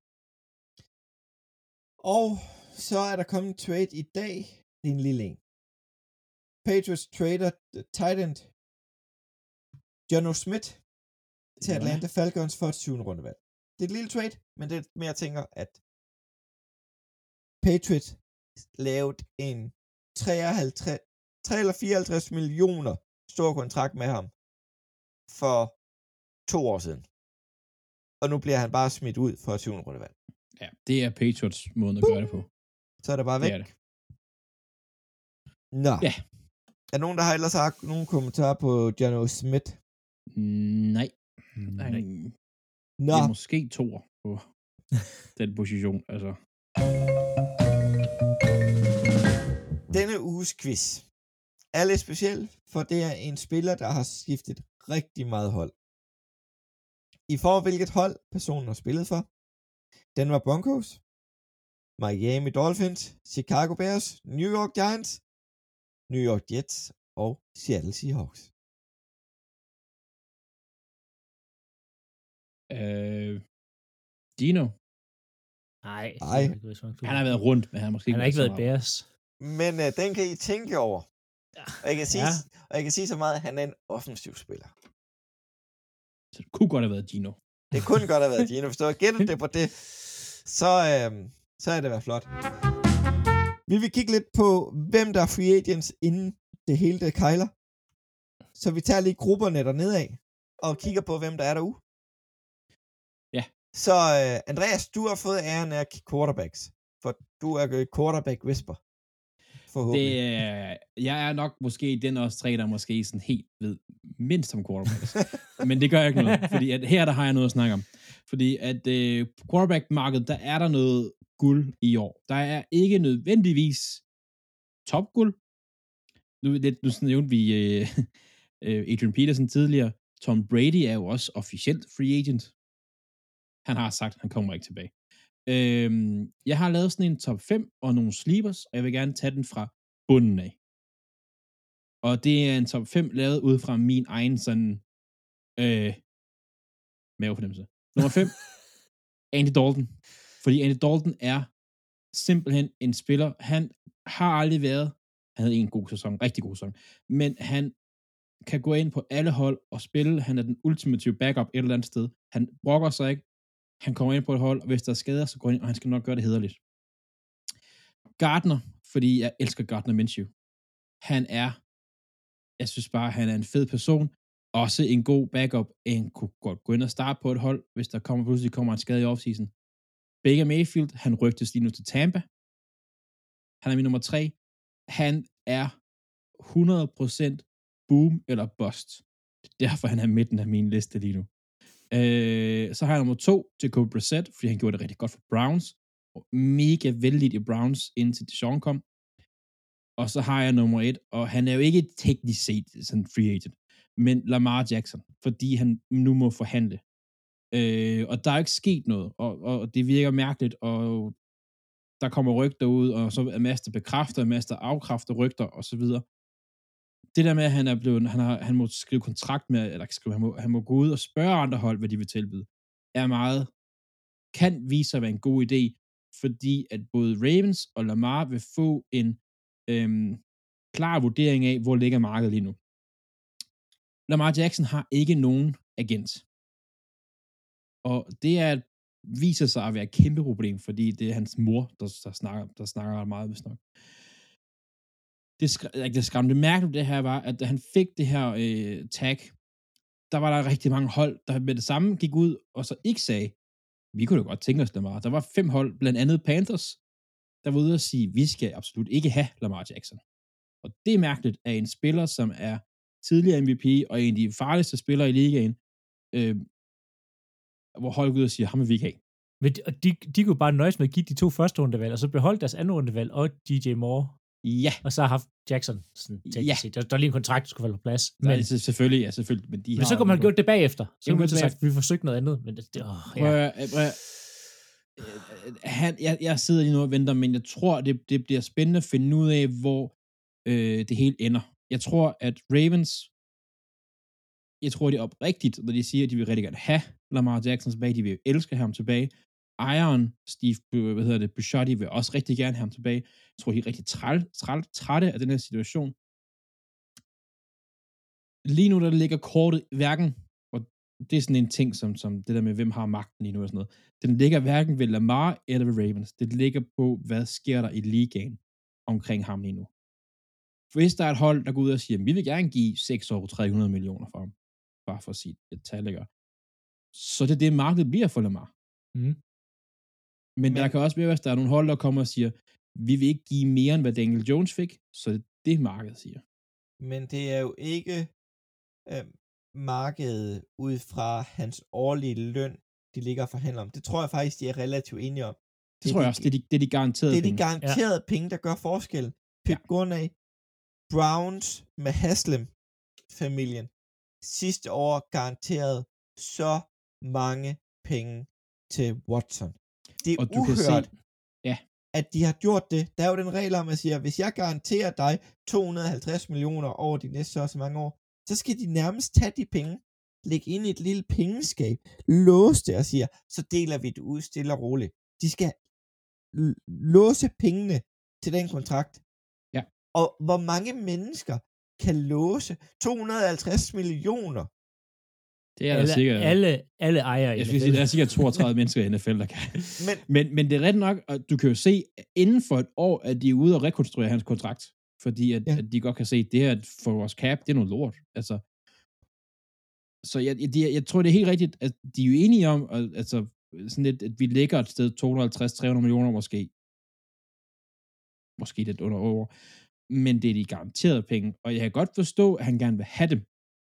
Og så er der kommet en trade i dag. Det er en lille en. Patriots trader tight end Geno Smith til Atlanta Falcons for et 7. rundevalg. Det er et lille trade, men det er mere, jeg tænker, at Patriots lavede en 3 eller 54 millioner stor kontrakt med ham for 2 år siden. Og nu bliver han bare smidt ud for et 7. rundevalg. Ja, det er Patriots måde at gøre det på. Så er det bare væk. Det er det. Nå. Ja. Er nogen, der har ellers sagt nogle kommentarer på Geno Smith? Nej. Nå. Det er måske 2 på den position, altså. Denne uges quiz er lidt speciel, for det er en spiller, der har skiftet rigtig meget hold. I får hvilket hold personen har spillet for. Denver Broncos, Miami Dolphins, Chicago Bears, New York Giants, New York Jets og Seattle Seahawks. Dino? Nej. Han har været rundt, men han måske han har ikke været Bears. Men den kan I tænke over. Ja. Og jeg kan sige så meget, at han er en offensiv spiller. Så det kunne godt have været Gino. Det kunne godt have været Gino. Hvis du har gættet det på det, så er det været flot. Vi vil kigge lidt på, hvem der er free agents, inden det hele det kejler. Så vi tager lige grupperne dernede af, og kigger på, hvem der er derude. Ja. Så Andreas, du har fået æren af quarterbacks, for du er quarterback whisper. Forhåbentlig. Jeg er nok måske den også tre, der måske sådan helt ved mindst om quarterbacks. Men det gør ikke noget, fordi at her der har jeg noget at snakke om. Fordi at på quarterback-markedet, der er der noget guld i år. Der er ikke nødvendigvis topguld. Nu nævnte vi Adrian Peterson tidligere. Tom Brady er jo også officielt free agent. Han har sagt, at han kommer ikke tilbage. Jeg har lavet sådan en top 5 og nogle sleepers, og jeg vil gerne tage den fra bunden af. Og det er en top 5 lavet ud fra min egen sådan mavefornemmelse. Nummer 5, Andy Dalton. Fordi Andy Dalton er simpelthen en spiller. Han har aldrig været, han havde en god sæson, rigtig god sæson, men han kan gå ind på alle hold og spille. Han er den ultimative backup et eller andet sted. Han brokker sig ikke. Han kommer ind på et hold, og hvis der er skader, så går han ind, og han skal nok gøre det hæderligt. Gardner, fordi jeg elsker Gardner Minshew. Han er, jeg synes bare, han er en fed person. Også en god backup. Han kunne godt gå ind og starte på et hold, hvis der pludselig kommer en skade i offseason. Baker Mayfield, han rygtes lige nu til Tampa. Han er min nummer 3. Han er 100% boom eller bust. Det er derfor, han er midten af min liste lige nu. Så har jeg nummer 2, Jacoby Brissett, fordi han gjorde det rigtig godt for Browns, og mega vældigt i Browns, indtil Deshaun kom. Og så har jeg nummer 1, og han er jo ikke teknisk set sådan free agent, men Lamar Jackson, fordi han nu må forhandle. Og der er ikke sket noget, og det virker mærkeligt, og der kommer rygter ud, og så er masser bekræfter, masser afkræfter rygter, og så videre. Det der med, at han må skrive kontrakt med, eller han må gå ud og spørge andre hold, hvad de vil tilbyde, kan vise sig at være en god idé, fordi at både Ravens og Lamar vil få en klar vurdering af, hvor ligger markedet lige nu. Lamar Jackson har ikke nogen agent. Og det viser sig at være et kæmpe problem, fordi det er hans mor, der snakker meget, hvis nok. Det skræmte mærkeligt det her var, at da han fik det her tag, der var der rigtig mange hold, der med det samme gik ud, og så ikke sagde, vi kunne da godt tænke os Lamar. Der var 5 hold, blandt andet Panthers, der var ude at sige, vi skal absolut ikke have Lamar Jackson. Og det er mærkeligt, at en spiller, som er tidligere MVP, og en af de farligste spillere i ligaen, hvor hold går ud og siger, ham vil vi ikke have. Men de kunne bare nøjes med at give de 2 første rundevalg, og så beholde deres anden rundevalg og DJ Moore. Ja. Og så har haft Jackson sådan teknisk set. Der er lige en kontrakt, der skulle falde på plads. Men, selvfølgelig. Men så kunne man have gjort det bagefter. Så kunne man have sagt, vi forsøgte noget andet. Men jeg sidder lige nu og venter, men jeg tror, det bliver spændende at finde ud af, hvor det hele ender. Jeg tror, at Ravens, det er oprigtigt, når de siger, at de vil rigtig gerne have Lamar Jackson tilbage. De vil elske ham tilbage. Ejeren, Steve Bisciotti, vil også rigtig gerne have ham tilbage. Jeg tror, de er rigtig trætte af den her situation. Lige nu, der ligger kortet hverken, og det er sådan en ting, som det der med, hvem har magten lige nu og sådan noget. Den ligger hverken ved Lamar eller ved Ravens. Det ligger på, hvad sker der i ligaen omkring ham lige nu. Hvis der er et hold, der går ud og siger, vi vil gerne give 6 år 300 millioner for ham, bare for at sige et tal, så det er det, markedet bliver for Lamar. Mm. Men der kan også være, hvis der er nogle hold, der kommer og siger, vi vil ikke give mere, end hvad Daniel Jones fik, så det er det, markedet siger. Men det er jo ikke markedet ud fra hans årlige løn, de ligger og forhandler om. Det tror jeg faktisk, de er relativt enige om. Det tror jeg også, det er de garanterede penge. Det er de garanterede penge, der gør forskel. Pip Gournay, Browns med Haslem-familien, sidste år garanteret så mange penge til Watson. Det er uhørt, at de har gjort det. Der er jo den regel om, at sige, hvis jeg garanterer dig 250 millioner over de næste så mange år, så skal de nærmest tage de penge, lægge ind i et lille pengeskab, låse det og siger, så deler vi det ud stille og roligt. De skal låse pengene til den kontrakt. Ja. Og hvor mange mennesker kan låse 250 millioner Det er der sikkert. Alle ejer i Jeg NFL. synes, der er sikkert 32 mennesker i NFL, der kan. Men det er ret nok, og du kan jo se, at inden for et år, at de er ude og rekonstruere hans kontrakt. Fordi at de godt kan se, at det her for vores cap, det er noget lort. Altså, så jeg tror, det er helt rigtigt, at de er jo enige om, altså, sådan lidt, at vi ligger et sted 250-300 millioner måske. Måske lidt under over. Men det er de garanterede penge. Og jeg kan godt forstå, at han gerne vil have dem.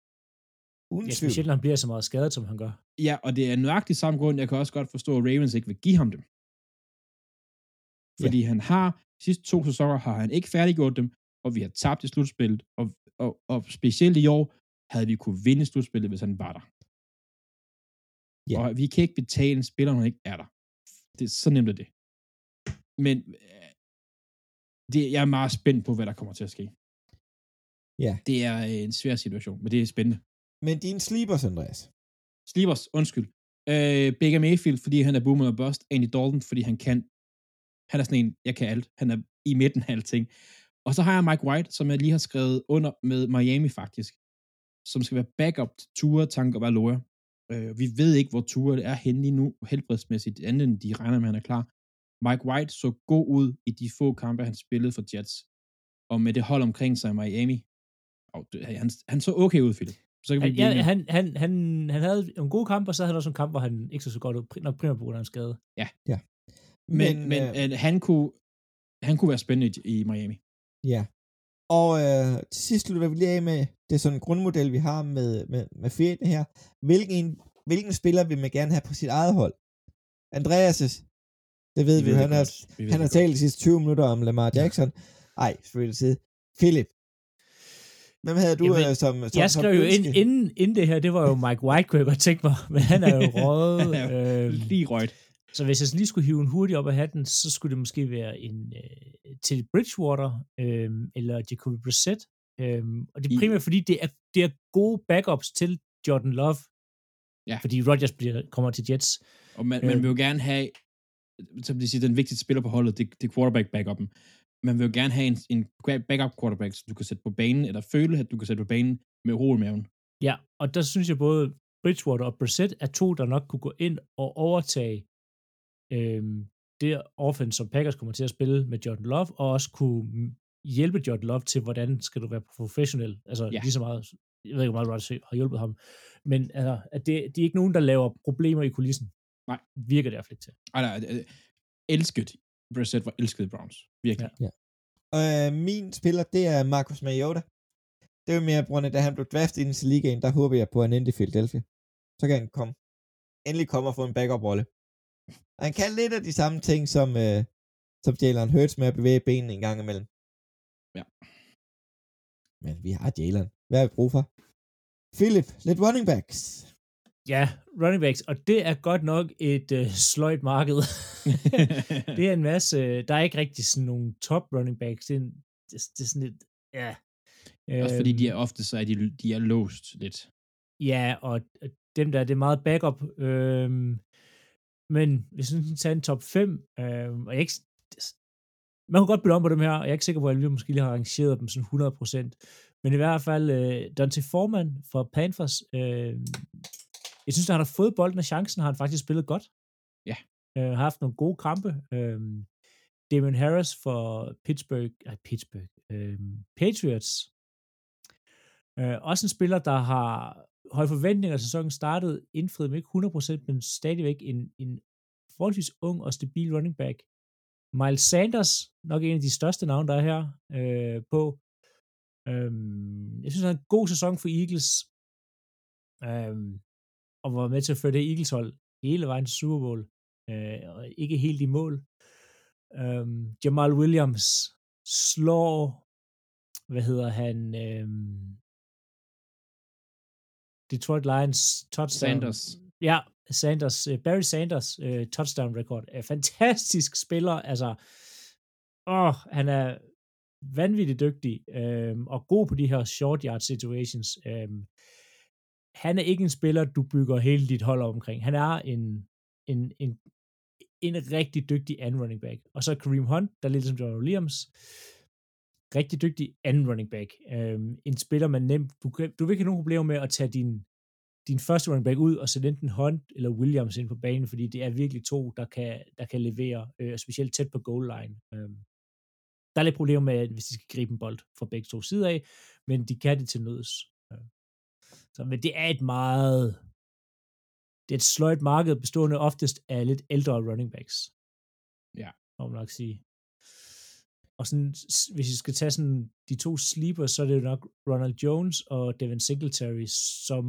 Ja, specielt når han bliver så meget skadet, som han gør. Ja, og det er nøjagtigt samme grund. Jeg kan også godt forstå, at Ravens ikke vil give ham dem. Fordi han har, sidste 2 sæsoner har han ikke færdiggjort dem, og vi har tabt i slutspillet, og specielt i år havde vi kunne vinde slutspillet, hvis han var der. Ja. Og vi kan ikke betale en spiller, når han ikke er der. Det er så nemt er det. Men jeg er meget spændt på, hvad der kommer til at ske. Ja. Det er en svær situation, men det er spændende. Men dine sleepers, Andreas? Sleepers, undskyld. Baker Mayfield, fordi han er boomer og bust. Andy Dalton, fordi han er sådan en, jeg kan alt. Han er i midten af alting. Og så har jeg Mike White, som jeg lige har skrevet under med Miami faktisk, som skal være backup til Tua Tagovailoa. Vi ved ikke, hvor Tua er henne lige nu, helbredsmæssigt, andet end de regner med, at han er klar. Mike White så god ud i de få kampe, han spillede for Jets. Og med det hold omkring sig i Miami. Han så okay ud, Philip. Så kan vi han havde en god kamp, og så havde han også en kamp, hvor han ikke så godt ud, nok primært på grund af en skade. Ja. Men han kunne være spændende i Miami. Ja. Og til sidst slutter vi lige af med, det er sådan en grundmodel, vi har med ferien her. Hvilken spiller vil man gerne have på sit eget hold? Andreas' det ved vi jo. Han har talt de sidste 20 minutter om Lamar Jackson. Ej, selvfølgelig side. Philip. Hvem havde du som jeg skrev jo inden det her, det var jo Mike White, kunne jeg godt tænke mig, men han er jo røget. Lige røget. Så hvis jeg lige skulle hive en hurtig op af hatten, så skulle det måske være en Teddy Bridgewater, eller Jacoby Brissett. Og det er primært, fordi det er gode backups til Jordan Love. Ja. Fordi Rodgers kommer til Jets. Og man vil jo gerne have, som de siger, den vigtigste spiller på holdet, det er quarterback-backuppen. Man vil jo gerne have en backup quarterback, som du kan sætte på banen, eller føle, at du kan sætte på banen med ro i maven. Ja, og der synes jeg både Bridgewater og Brissett er to, der nok kunne gå ind og overtage det offense, som Packers kommer til at spille med Jordan Love, og også kunne hjælpe Jordan Love til, hvordan skal du være professionel. Altså lige så meget, jeg ved ikke, hvor meget Rodgers har hjulpet ham, men altså, at de er ikke nogen, der laver problemer i kulissen. Nej. Virker det i hvert fald ikke til. Elsket. Brissett var elsket i Browns. Virkelig. Ja. Min spiller, det er Marcus Mariota. Det er jo mere på grund af, da han blev draftet ind til ligaen, der håber jeg på, at han endte i Philadelphia. Så kan han endelig komme og få en backup-rolle. Og han kan lidt af de samme ting, som Jalen Hurts med at bevæge benene en gang imellem. Ja. Men vi har Jalen. Hvad har vi brug for? Philip, lidt running backs. Ja, running backs, og det er godt nok et sløjt marked. Det er en masse, der er ikke rigtig sådan nogle top running backs. Det er sådan lidt, ja. Også fordi de er ofte, så er de er låst lidt. Ja, og dem der, det er meget backup. Men hvis man tager en top 5, og jeg ikke, man kan godt bytte om på dem her, og jeg er ikke sikker på, at jeg måske lige har arrangeret dem sådan 100%. Men i hvert fald, Dante Foreman fra Panthers, jeg synes, at han har fået bolden og chancen, har han faktisk spillet godt. Ja. Har haft nogle gode kampe. Damon Harris for Patriots. Også en spiller, der har høje forventninger, at sæsonen startede, indfriet med ikke 100%, men stadigvæk en forholdsvis ung og stabil running back. Miles Sanders, nok en af de største navne, der er her på. Jeg synes, han har en god sæson for Eagles. Og var med til at føre det Eagles-hold hele vejen til Super Bowl, og ikke helt i mål. Jamal Williams slår, Detroit Lions touchdown. Sanders. Ja, Sanders. Barry Sanders touchdown record er fantastisk spiller, altså, han er vanvittigt dygtig, og god på de her short yard situations. Han er ikke en spiller, du bygger hele dit hold omkring. Han er en rigtig dygtig anden running back. Og så Kareem Hunt, der er lidt som Jamal Williams, rigtig dygtig anden running back. En spiller, man nemt, du vil ikke have nogen problemer med at tage din din første running back ud, og sætte enten Hunt eller Williams ind på banen, fordi det er virkelig to, der kan levere, specielt tæt på goal line. Der er lidt problemer med, hvis de skal gribe en bold fra begge to sider af, men de kan det til nøds. Så, men det er det er et sløjt marked, bestående oftest af lidt ældre running backs. Ja. Må man nok sige. Og sådan, hvis vi skal tage sådan de to sleepers, så er det jo nok Ronald Jones og Devin Singletary, som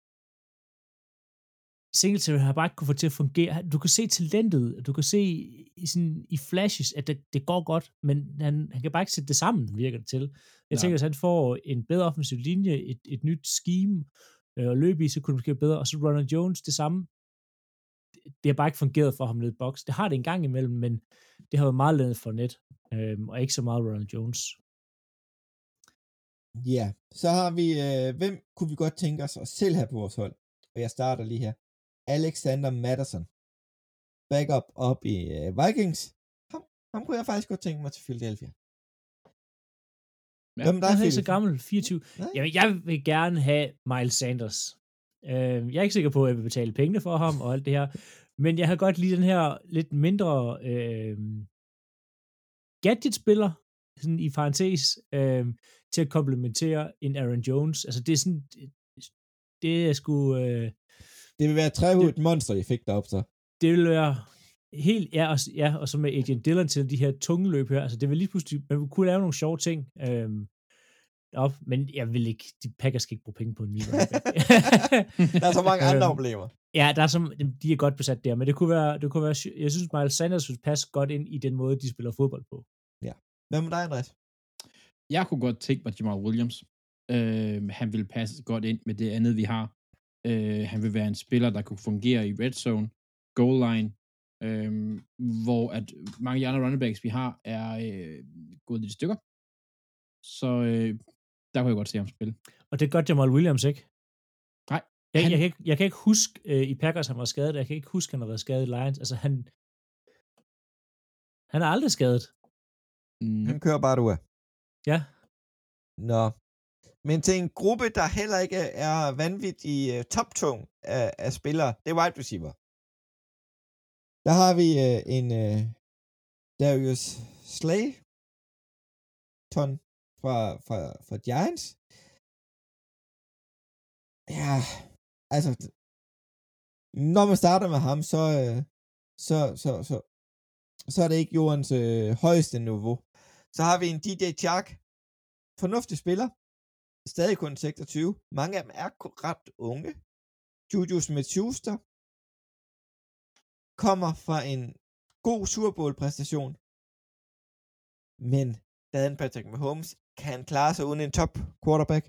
Singletary har bare ikke kunne få til at fungere. Du kan se talentet, du kan se i flashes, at det går godt, men han kan bare ikke sætte det sammen, virker det til. Jeg tænker, at han får en bedre offensiv linje, et nyt scheme, og løb i, så kunne det måske bedre. Og så Ronald Jones, det samme. Det har bare ikke fungeret for ham nede i boks. Det har det en gang imellem, men det har været meget landet for net, og ikke så meget Ronald Jones. Ja, så har vi, hvem kunne vi godt tænke os at selv have på vores hold? Og jeg starter lige her. Alexander Mattison. Backup op i Vikings. Ham kunne jeg faktisk godt tænke mig til Philadelphia. Ja, han er ikke så gammel, 24. Jamen, jeg vil gerne have Miles Sanders. Jeg er ikke sikker på, at jeg vil betale pengene for ham og alt det her, men jeg har godt lide den her lidt mindre gadget-spiller, sådan i parentes, til at komplementere en Aaron Jones. Altså, det er sådan, det er sgu... det vil være et trehovedet monster, I fik derop, så. Det vil være helt, og så med Adrian Dillon til de her tunge løb her, altså det vil lige pludselig, man kunne lave nogle sjove ting, op, men jeg vil ikke, de Packers skal ikke bruge penge på en ny running back. Der er så mange andre problemer. Ja, de er godt besat der, men det kunne være, jeg synes, Miles Sanders ville passe godt ind i den måde, de spiller fodbold på. Ja. Hvad med dig, Andreas? Jeg kunne godt tænke mig Jamal Williams. Han vil passe godt ind med det andet, vi har. Han vil være en spiller, der kunne fungere i red zone, goal line, hvor at mange af de andre running backs, vi har, er gået i stykker. Så der kunne jeg godt se ham spille. Og det er godt Jamal Williams, ikke? Nej. Jeg kan ikke huske i Packers, han var skadet. Jeg kan ikke huske, han har været skadet i Lions. Altså, han er aldrig skadet. Han kører bare ud af. Ja. Nå. Men til en gruppe, der heller ikke er vanvittig toptung af spillere, det er wide receiver. Der har vi en Darius Slayton fra Giants. Ja, altså, når man starter med ham, så er det ikke jordens højeste niveau. Så har vi en DJ Chark, fornuftig spiller, stadig kun 26. Mange af dem er ret unge. Juju Smith-Schuster kommer fra en god Super Bowl-præstation, men stadig Patrick Mahomes kan klare sig uden en top quarterback.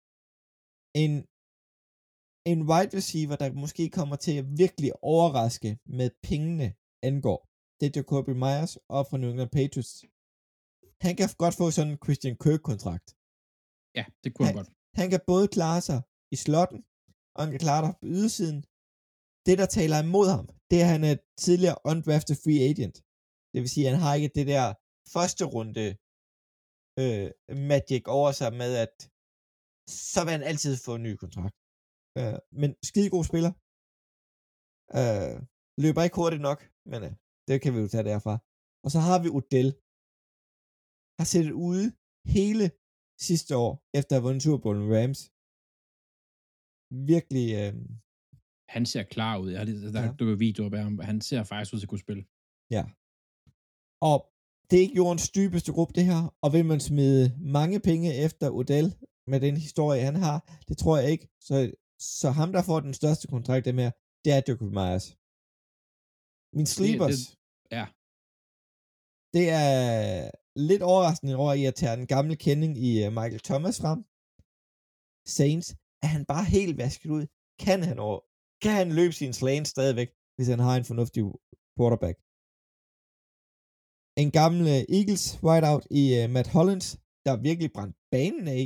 En wide receiver, der måske kommer til at virkelig overraske med pengene angår. Det er Jacoby Myers og fra New England Patriots. Han kan godt få sådan en Christian Kirk-kontrakt. Ja, det kunne han godt. Han kan både klare sig i slotten, og han kan klare sig på ydersiden. Det, der taler imod ham, det er, at han er tidligere undrafted free agent. Det vil sige, at han har ikke det der første runde magic over sig med, at så vil han altid få en ny kontrakt. Men skide god spiller. Løber ikke hurtigt nok, men det kan vi jo tage derfra. Og så har vi Odell. Har siddet ude hele sidste år, efter at have vundet Super Bowl med Rams. Virkelig... Han ser klar ud. Der er dukket videoer af ham. Han ser faktisk ud til at kunne spille. Ja. Og det er ikke jordens dybeste gruppe, det her. Og vil man smide mange penge efter Odell, med den historie, han har, det tror jeg ikke. Så ham, der får den største kontrakt, det er Jacob Myers. Min sleepers. Det er lidt overraskende over i at tage den gamle kending i Michael Thomas frem. Saints, er han bare helt vasket ud? Kan han løbe sin slane stadigvæk, hvis han har en fornuftig quarterback? En gammel Eagles wideout i Matt Hollins, der virkelig brændte banen af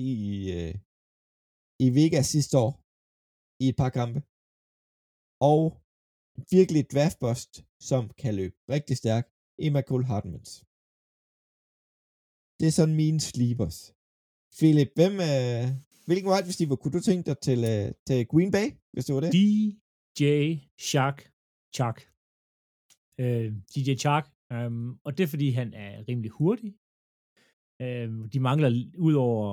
i Vegas sidste år i et par kampe. Og virkelig draftbust, som kan løbe rigtig stærkt, i Mecole Hardmans. Det er sådan mine sleepers. Philip, Hvilken wide receiver kunne du tænke dig til Green Bay, hvis det var det? DJ Chark. DJ Chark. Og det er, fordi han er rimelig hurtig. De mangler, udover,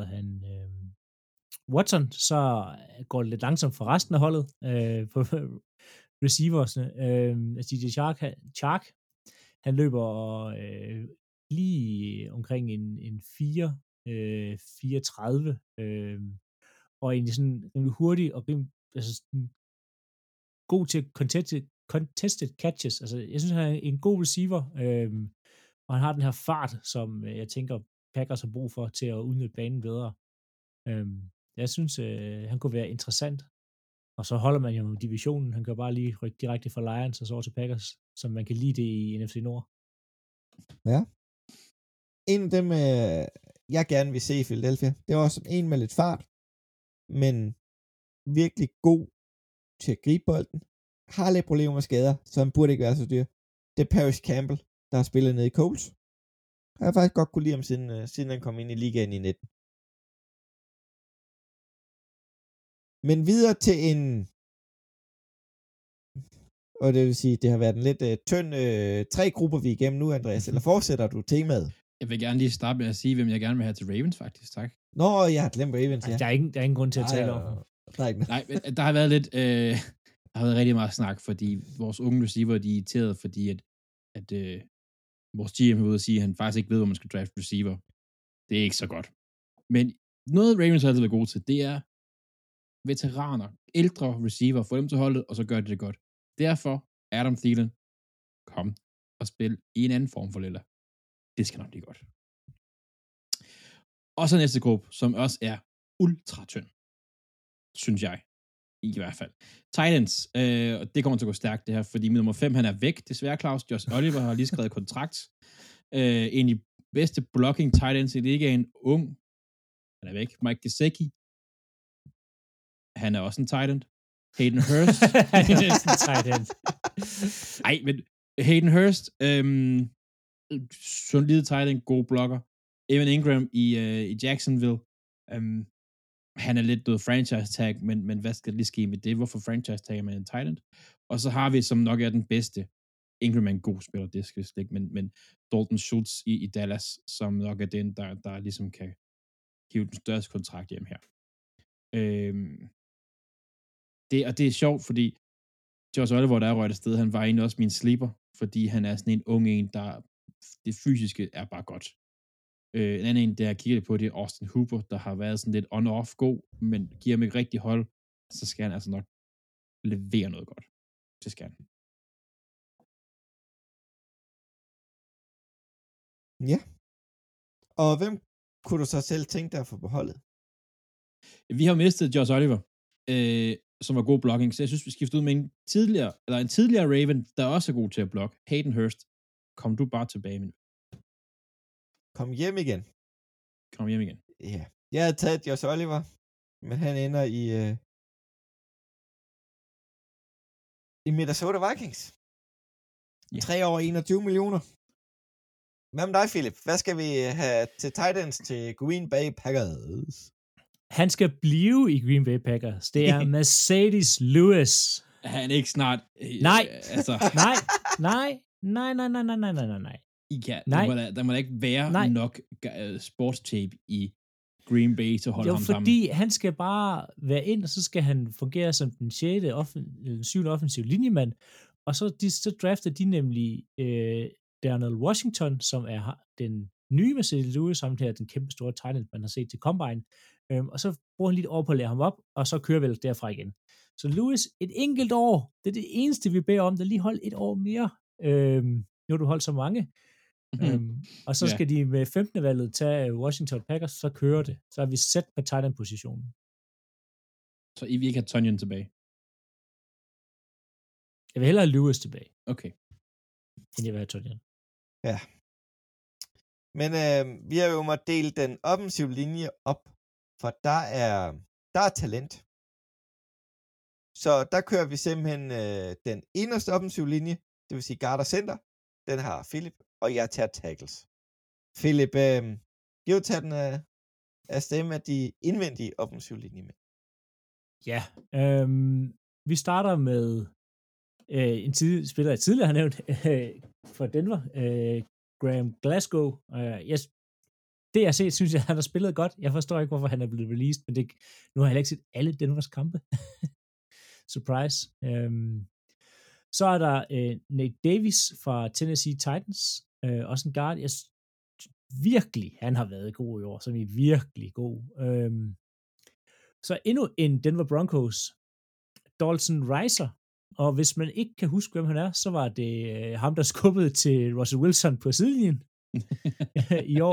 Watson, så går det lidt langsomt for resten af holdet på receiversne. DJ Chark, han løber lige omkring en 4.34, og egentlig sådan rimelig hurtig og sådan god til contested catches. Altså, jeg synes, han er en god receiver, og han har den her fart, som jeg tænker, Packers har brug for til at udnytte banen bedre. Jeg synes, han kunne være interessant. Og så holder man jo divisionen. Han kan bare lige rykke direkte fra Lions og så over til Packers, som man kan lide det i NFC Nord. Ja. En af dem, jeg gerne vil se i Philadelphia, det er også en med lidt fart, men virkelig god til at gribe bolden. Har lidt problemer med skader, så han burde ikke være så dyr. Det er Paris Campbell, der har spillet nede i Colts. Jeg har faktisk godt kunne lide ham, siden han kom ind i ligaen i 19. Men videre til en, og det vil sige, det har været en lidt tynd 3 grupper, vi er igennem nu, Andreas. Eller fortsætter du temaet? Jeg vil gerne lige starte med at sige, hvem jeg gerne vil have til Ravens, faktisk. Tak. Nå, jeg har glemt Ravens, ja. Der er ingen grund til at tale om. Nej, der har været lidt, der har været rigtig meget snak, fordi vores unge receiver, de er irriteret, fordi at vores GM er ude at sige, at han faktisk ikke ved, hvor man skal draft receiver. Det er ikke så godt. Men noget Ravens har altid været gode til, det er veteraner, ældre receiver, få dem til holdet, og så gør det godt. Derfor, Adam Thielen, kom og spil i en anden form for lilla. Det skal nok blive godt. Og så næste gruppe, som også er ultra tynd, synes jeg, i hvert fald. Titans, det kommer til at gå stærkt det her, fordi med nummer 5, han er væk, desværre Claus. Josh Oliver har lige skrevet kontrakt. En af de bedste blocking Titans i ligaen, ung, han er væk. Mike Gesicki, han er også en Titan. Hayden Hurst. Han er en Titan. Ej, men Hayden Hurst, solid Titan, god blocker. Evan Ingram i Jacksonville, han er lidt død franchise tag, men hvad skal lige ske med det? Hvorfor franchise tagger man en Titan? Og så har vi, som nok er den bedste, Ingram er en god spiller, det skal ikke, men Dalton Schultz i Dallas, som nok er den, der ligesom kan hive den største kontrakt hjem her. Det er sjovt, fordi Josh Oliver, der er røget afsted, han var egentlig også min sleeper, fordi han er sådan en ung en, der det fysiske er bare godt. En anden en, der jeg kigger på, det er Austin Hooper, der har været sådan lidt on-off god, men giver ham ikke rigtig hold, så skal han altså nok levere noget godt. Det skal han. Ja. Og hvem kunne du så selv tænke dig at få på holdet? Vi har mistet Josh Oliver, som var god blocking, så jeg synes, vi skifter ud med en tidligere Raven, der også er god til at blokke. Hayden Hurst, kom du bare tilbage, min. Kom hjem igen. Ja. Jeg havde taget Josh Oliver, men han ender i Minnesota Vikings. 3 år 21 millioner. Hvad med dig, Philip? Hvad skal vi have til Titans til Green Bay Packers? Han skal blive i Green Bay Packers. Det er Mercedes Lewis. Han er ikke snart... Nej. Altså. Nej. Der må da ikke være nok sportstape i Green Bay til at holde ham sammen. Fordi han skal bare være ind, og så skal han fungere som den 7. offensiv linjemand, og så drafter de nemlig Darnell Washington, som er den nye Mercedes Lewis, som her den kæmpe store talent, man har set til Combine, og så bruger han lidt år på at lære ham op, og så kører vel derfra igen. Så Lewis, et enkelt år, det er det eneste, vi beder om, der lige holde et år mere, nu har du holdt så mange, og så skal de med 15. valget tage Washington Packers, så kører det. Så er vi sat på Titan-positionen. Så I vil ikke have Tonyan tilbage? Jeg vil hellere have Lewis tilbage. Okay. End jeg vil have Tonyan. Ja. Men vi har jo måttet dele den offensive linje op, for der er talent. Så der kører vi simpelthen den inderste offensive linje, det vil sige guard og center. Den har Philip, og jeg tager tackles. Philip, giv tage at stemme af de indvendige offensive linjemænd. Ja, vi starter med en spiller, jeg tidligere har nævnt for Denver, Graham Glasgow. Det jeg har set, synes jeg, han har spillet godt. Jeg forstår ikke, hvorfor han er blevet released, men nu har jeg heller ikke set alle Denvers kampe. Surprise. Så er der Nate Davis fra Tennessee Titans, også en guard. Virkelig, han har været god i år, som er virkelig god. Så endnu en Denver Broncos, Dalton Reiser, og hvis man ikke kan huske, hvem han er, så var det ham, der skubbede til Russell Wilson på sidelinjen i år.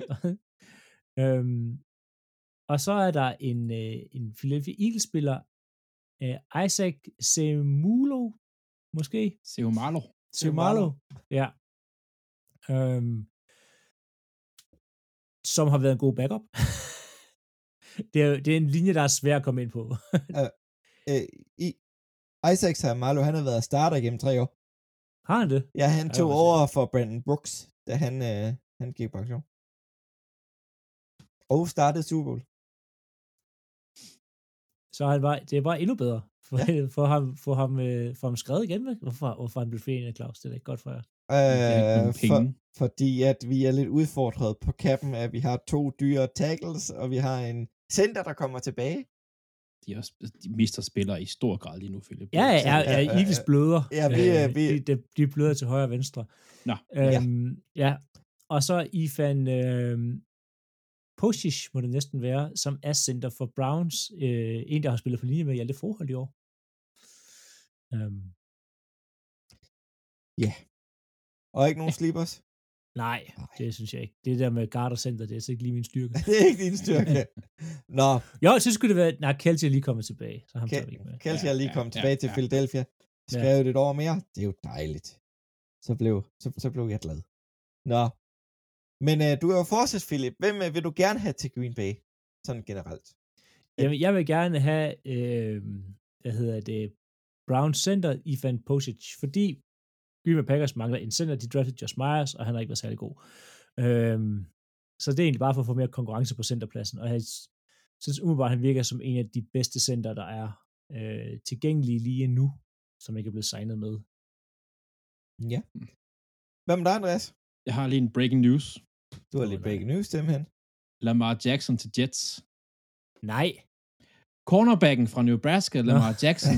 Og så er der en Philadelphia Eagles-spiller, Isaac Seumalo, måske? Seumalo, ja. Som har været en god backup. det er en linje, der er svær at komme ind på. Isaac Seumalo, han har været starter gennem 3 år. Har han det? Ja, han tog over for Brandon Brooks, da han gik på pension. Og startede Super Bowl. Så det var endnu bedre for ham skrevet igen, med. Hvorfor han blev fri, Claus? Det er ikke godt for jer. Fordi at vi er lidt udfordret på kappen, at vi har 2 dyre tackles, og vi har en center, der kommer tilbage. De mister spillere i stor grad lige nu, Philip. Ja, Eagles bløder. Ja, de bløder til højre og venstre. Nå. Ja, og så Ifan Posish må det næsten være, som er center for Browns. En, der har spillet på linje med i alle forhold i år. Ja. Og ikke nogen sleepers? Nej, det synes jeg ikke. Det der med guard og center, det er altså ikke lige min styrke. Det er ikke din styrke. Nå. Jo, så skulle det være... Nej, Kelsey er lige kommet tilbage. Så ham tager vi ikke med. Kelsey er lige kommet tilbage til Philadelphia. Skrevet et år mere. Det er jo dejligt. Så blev jeg glad. Nå. Men du er jo fortsat, Philip. Hvem vil du gerne have til Green Bay? Sådan generelt. Jamen, jeg vil gerne have, Browns center, Ifan Posish, fordi Green Bay Packers mangler en center. De draftede Josh Myers, og han har ikke været særlig god. Så det er egentlig bare for at få mere konkurrence på centerpladsen, og jeg synes umiddelbart, han virker som en af de bedste center, der er tilgængelige lige nu, som ikke er blevet signet med. Ja. Hvad med dig, Andreas? Jeg har lige en breaking news. Du har lige breaking news, simpelthen. Lamar Jackson til Jets. Nej. Cornerbacken fra Nebraska, Lamar Jackson.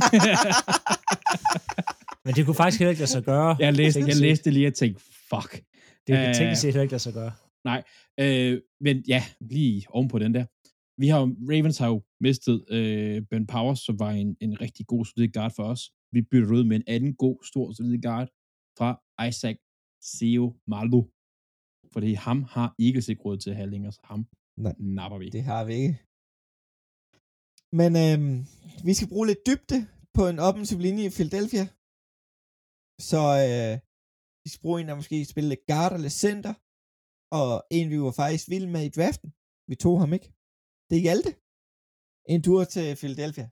Men det kunne faktisk heller ikke lade sig gøre. Jeg læste lige og tænkte, fuck. Det kan teknisk set heller ikke lade sig gøre. Nej, men ja, lige ovenpå den der. Ravens har jo mistet Ben Powers, som var en rigtig god solid guard for os. Vi bytter ud med en anden god, stor solid guard fra Isaac Seumalo. Fordi ham har Eagles ikke råd til at have længere, så ham napper vi. Det har vi ikke. Men vi skal bruge lidt dybde på en offensiv linje i Philadelphia. Så vi skal bruge en, der måske spille lidt guard eller center. Og en, vi var faktisk vilde med i draften. Vi tog ham ikke. Det er Hjalte. En tur til Philadelphia.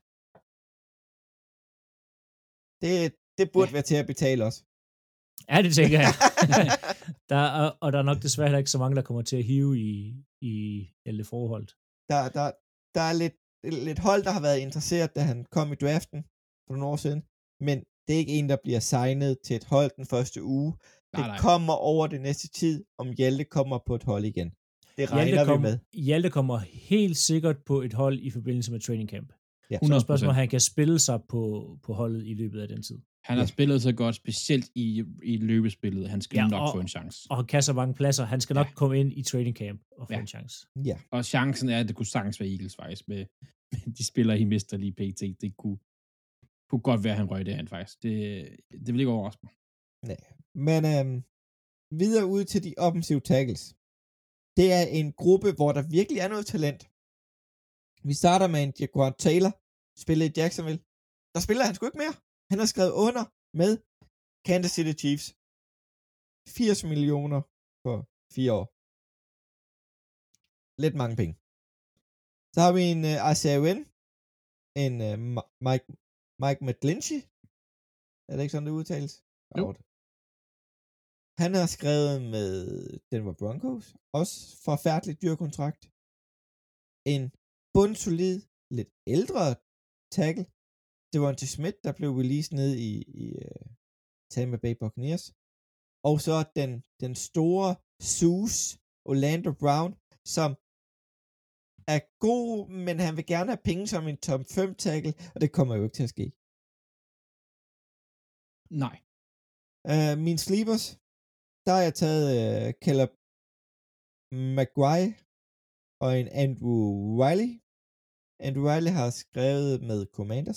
Det burde være til at betale os. Ja, det tænker jeg. Der er nok desværre heller ikke så mange, der kommer til at hive i alle forhold. Der er lidt hold, der har været interesseret, da han kom i draften for nogle år siden. Men det er ikke en, der bliver signet til et hold den første uge. Det kommer over det næste tid, om Hjalte kommer på et hold igen. Det regner vi med. Hjalte kommer helt sikkert på et hold i forbindelse med training camp. Ja. Så er spørgsmålet, han kan spille sig på holdet i løbet af den tid. Han har spillet så godt, specielt i løbespillet. Han skal nok få en chance. Og han kan så mange pladser. Han skal nok komme ind i training camp og få en chance. Ja. Og chancen er, at det kunne sagtens være Eagles faktisk. Med de spillere, I mister lige pt. Det kunne godt være, at han røg derhen faktisk. Det vil ikke overraske mig. Nej. Men videre ud til de offensive tackles. Det er en gruppe, hvor der virkelig er noget talent. Vi starter med en Jaquan Taylor, spiller i Jacksonville. Der spiller han sgu ikke mere. Han har skrevet under med Kansas City Chiefs. 80 millioner for 4 år. Lidt mange penge. Så har vi en Isaiah Wynn, en Mike McGlinchey. Er det ikke sådan, det udtales? Jo. Han har skrevet med Denver Broncos. Også forfærdeligt dyr kontrakt. en bundsolid, lidt ældre tackle. Det var Devontae Smith, der blev released ned i Tampa Bay Buccaneers. Og så den store Zeus, Orlando Brown, som er god, men han vil gerne have penge som en top 5 tackle, og det kommer jo ikke til at ske. Nej. Min sleepers, der har jeg taget Caleb McGuire og en Andrew Riley. Andrew Riley har skrevet med Commanders.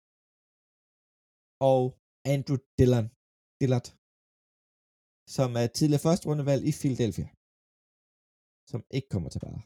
Og Andrew Dillard, som er tidligere første rundevalg i Philadelphia, som ikke kommer tilbage.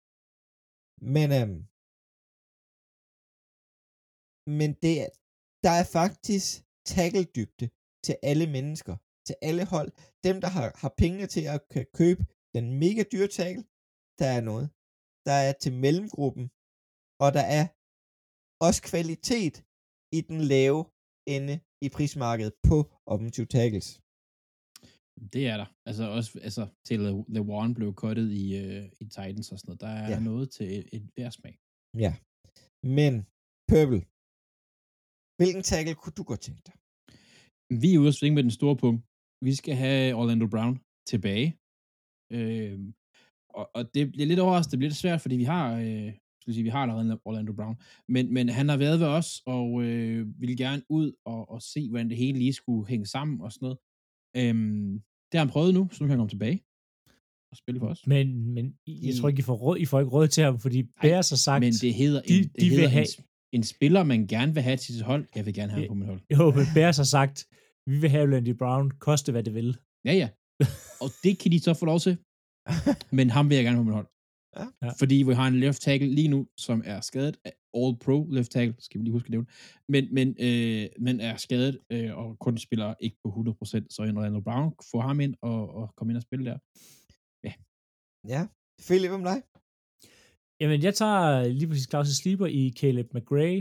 Men der er faktisk tackle-dybde til alle mennesker, til alle hold. Dem, der har penge til at købe den mega dyre tackle, der er noget. Der er til mellemgruppen, og der er også kvalitet i den lave ende i prismarkedet på offensive tackles. Det er der. Altså til LeWarn blev cuttet i Titans og sådan noget. Der er noget til et værsmag. Ja. Men, Purple, hvilken tackle kunne du godt tænke dig? Vi er ude at svinge med den store punkt. Vi skal have Orlando Brown tilbage. Og det bliver lidt overraskende. Det bliver lidt svært, fordi vi har allerede Orlando Brown. Men han har været ved os, og ville gerne ud og se, hvordan det hele lige skulle hænge sammen og sådan noget. Det har han prøvet nu, så nu kan han komme tilbage og spille for os. Men jeg tror ikke, I får ikke råd til ham, fordi Bears har sagt... Men det hedder, en spiller, man gerne vil have til sit hold. Jeg vil gerne have ham på mit hold. Jo, men Bears har sagt, vi vil have Orlando Brown, koste hvad det vil. Ja. Og det kan de så få lov til. Men ham vil jeg gerne have på mit hold. Ja. Fordi vi har en left tackle lige nu, som er skadet. All pro left tackle, skal vi lige huske at nævne. Men er skadet, og kun spiller ikke på 100%. Så en Orlando Brown får ham ind og komme ind og spille der. Ja. Philip, om dig? Jamen, jeg tager lige præcis Claus' sleeper i Caleb McGray.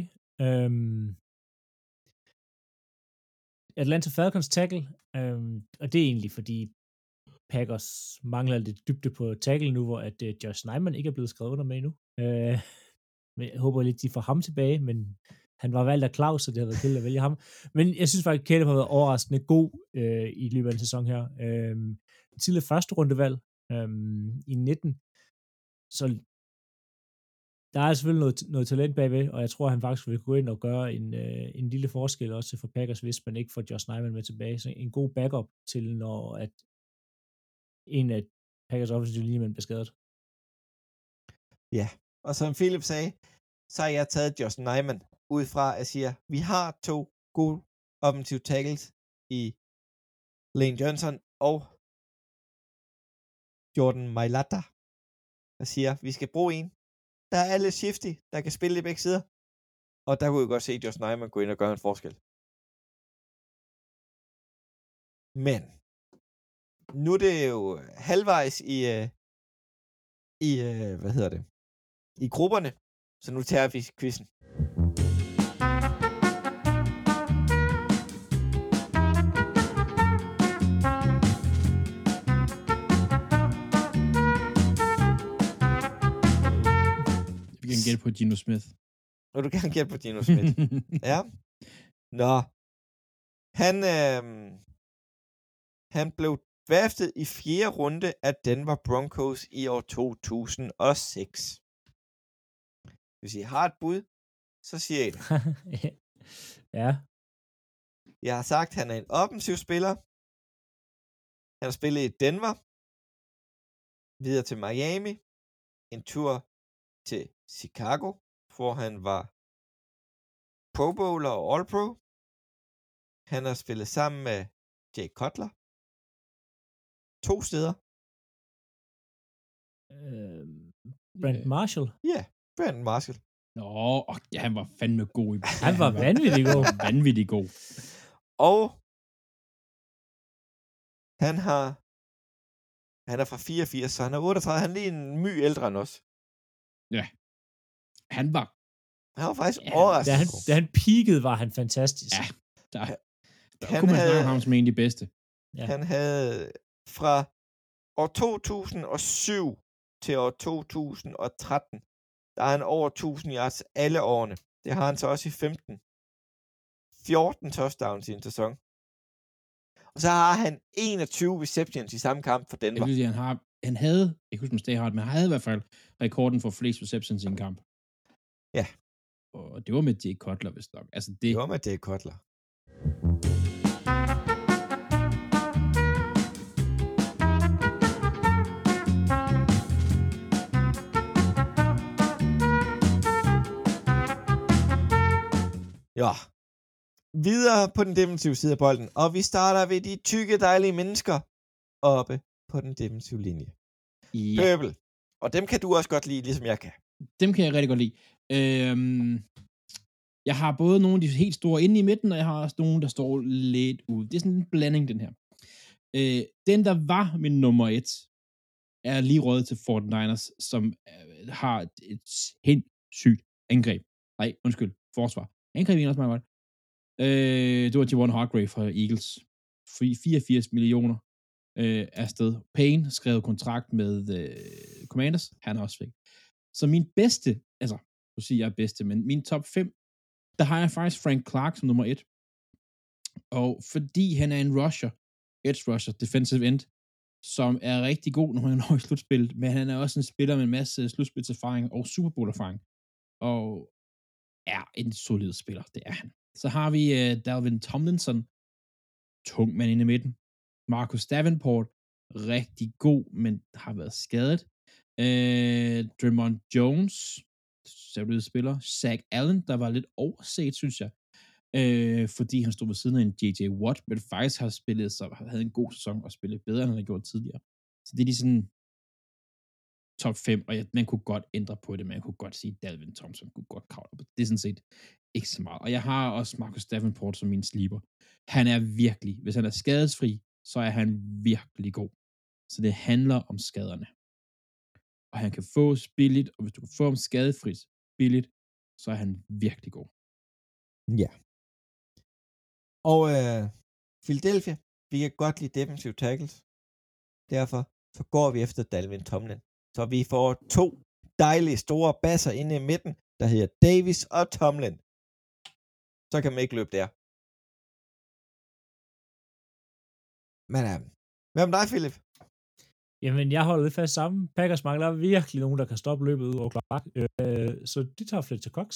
Atlanta Falcons tackle. Og det er egentlig, fordi Packers mangler lidt dybde på tackle nu, hvor at Josh Nijman ikke er blevet skrevet under med endnu. Men jeg håber lidt, de får ham tilbage, men han var valgt af Claus, så det har været kedeligt at vælge ham. Men jeg synes faktisk, at Caleb har været overraskende god i løbet af den sæson her. Tidligere første rundevalg i 19. Så der er selvfølgelig noget talent bagved, og jeg tror, at han faktisk vil gå ind og gøre en lille forskel også for Packers, hvis man ikke får Josh Nijman med tilbage. Så en god backup til, når at en af Packers offensive linjemænd bliver skadet. Ja, og som Philip sagde, så har jeg taget Josh Nijman ud fra at sige, vi har 2 gode offensive tackles i Lane Johnson og Jordan Mailata, der siger, vi skal bruge en, der er alle shifty, der kan spille i begge sider. Og der kunne jeg godt se Josh Nijman gå ind og gøre en forskel. Men nu er det jo halvvejs i grupperne, så nu tager vi quizzen. Vi kan gætte på Geno Smith. Og du kan gætte på Geno Smith. Ja. Nå. Han blev draftet i 4. runde af Denver Broncos i år 2006. Hvis I har et bud, så siger I det. Ja. Jeg har sagt, at han er en offensiv spiller. Han har spillet i Denver. Videre til Miami. En tur til Chicago, hvor han var Pro Bowler og All Pro. Han har spillet sammen med Jay Cutler. 2 steder. Brandon Marshall. Ja, Brandon Marshall. Nå, ja, han var fandme god. Han var vanvittig god. Vanvittig god. Og han er fra 84, så han er 38. Han er lige en my ældre end os. Ja. Han var faktisk overraskende. Da han peakede, var han fantastisk. Ja, der kunne man snakke ham som en af de bedste. Ja. Han havde fra år 2007 til år 2013 der har han over 1000 yards alle årene. Det har han så også i 15. 14 touchdowns i en sæson. Og så har han 21 receptions i samme kamp for Denver. Jeg vil sige, han havde, jeg kan huske, om Stay Hard, men han havde i hvert fald rekorden for flest receptions i en kamp. Ja. Og det var med Jay Cutler, vist nok. Altså Det var med Jay Cutler. Ja. Videre på den defensive side af bolden, og vi starter ved de tykke, dejlige mennesker oppe på den defensive linje. Ja. Pøbel. Og dem kan du også godt lide, ligesom jeg kan. Dem kan jeg rigtig godt lide. Jeg har både nogle af de helt store inde i midten, og jeg har også nogle, der står lidt ude. Det er sådan en blanding, den her. Den, der var min nummer 1, er lige røget til 49ers, som har et sindssygt angreb. Nej, undskyld, forsvar. Angreb er også meget godt. Det var Javon Hargrave fra Eagles. 84 millioner afsted. Payne skrev kontrakt med Commanders. Han er også væk. Så min bedste, altså, du siger jeg er bedste, men min top 5, der har jeg faktisk Frank Clark som nummer 1. Og fordi han er en rusher, edge rusher, defensive end, som er rigtig god, når han når i slutspillet, men han er også en spiller med en masse slutspilserfaring og Super Bowl erfaring. Og er en solid spiller, det er han. Så har vi Dalvin Tomlinson, tung mand inde i midten. Marcus Davenport, rigtig god, men har været skadet. Draymond Jones, solid spiller. Zach Allen, der var lidt overset, synes jeg. Fordi han stod ved siden af en J.J. Watt, men faktisk har spillet, så havde en god sæson og spillet bedre, end han havde gjort tidligere. Så det er de sådan top 5, og man kunne godt ændre på det, man kunne godt sige, Dalvin Thompson kunne godt kravle op. Det er sådan set ikke så meget. Og jeg har også Marcus Davenport som min sleeper. Han er virkelig, hvis han er skadesfri, så er han virkelig god. Så det handler om skaderne. Og han kan fås billigt, og hvis du kan få ham skadefrit billigt, så er han virkelig god. Ja. Og Philadelphia, vi kan godt lide defensive tackles. Derfor så går vi efter Dalvin Tomlin. Så vi får 2 dejlige store basser inde i midten, der hedder Davis og Tomlin. Så kan man ikke løbe der. Men hvad med dig, Philip? Jamen, jeg holder lidt fast sammen. Packers mangler virkelig nogen, der kan stoppe løbet ud over Clark. Så de tager Fletcher Cox.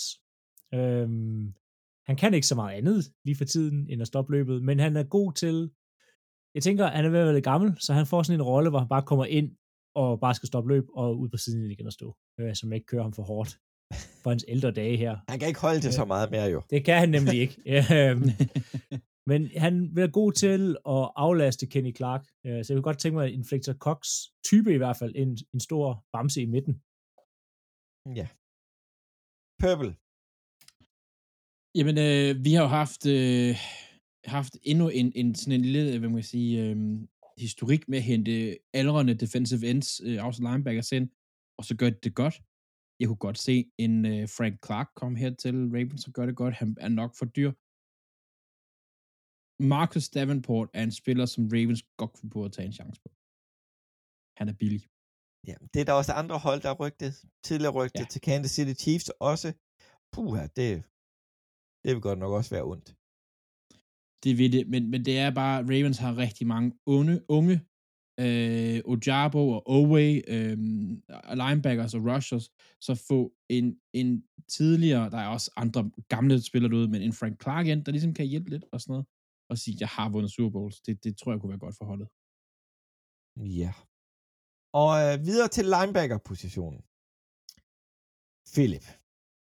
Han kan ikke så meget andet lige for tiden, end at stoppe løbet, men han er god til... Jeg tænker, han er ved at være lidt gammel, så han får sådan en rolle, hvor han bare kommer ind og bare skal stoppe løb og ud på siden igen og stå. Som ikke kører ham for hårdt for hans ældre dage her. Han kan ikke holde til så meget mere, jo. Det kan han nemlig ikke. Men han vil være god til at aflaste Kenny Clark. Så jeg vil godt tænke mig en Fletcher Cox type i hvert fald, en stor bamse i midten. Ja. Purple. Jamen, vi har jo haft endnu en sådan en lille, hvad man kan sige, historik med at hente aldrende defensive ends, outside linebackers ind, og så gør det godt. Jeg kunne godt se en Frank Clark komme her til Ravens og gøre det godt. Han er nok for dyr. Marcus Davenport er en spiller, som Ravens godt kunne på at tage en chance på. Han er billig. Ja, det er der også andre hold, der er tidligere rygtet til Kansas City Chiefs også. Puha, det vil godt nok også være ondt. Det vil det, men det er bare, Ravens har rigtig mange unge Ojabo og Oway, linebackers og rushers, så få en tidligere, der er også andre gamle spillere derude, men en Frank Clark ind, der ligesom kan hjælpe lidt og sådan noget, og sige, jeg har vundet Super Bowls. Det tror jeg kunne være godt for holdet. Ja. Og videre til linebacker-positionen. Philip.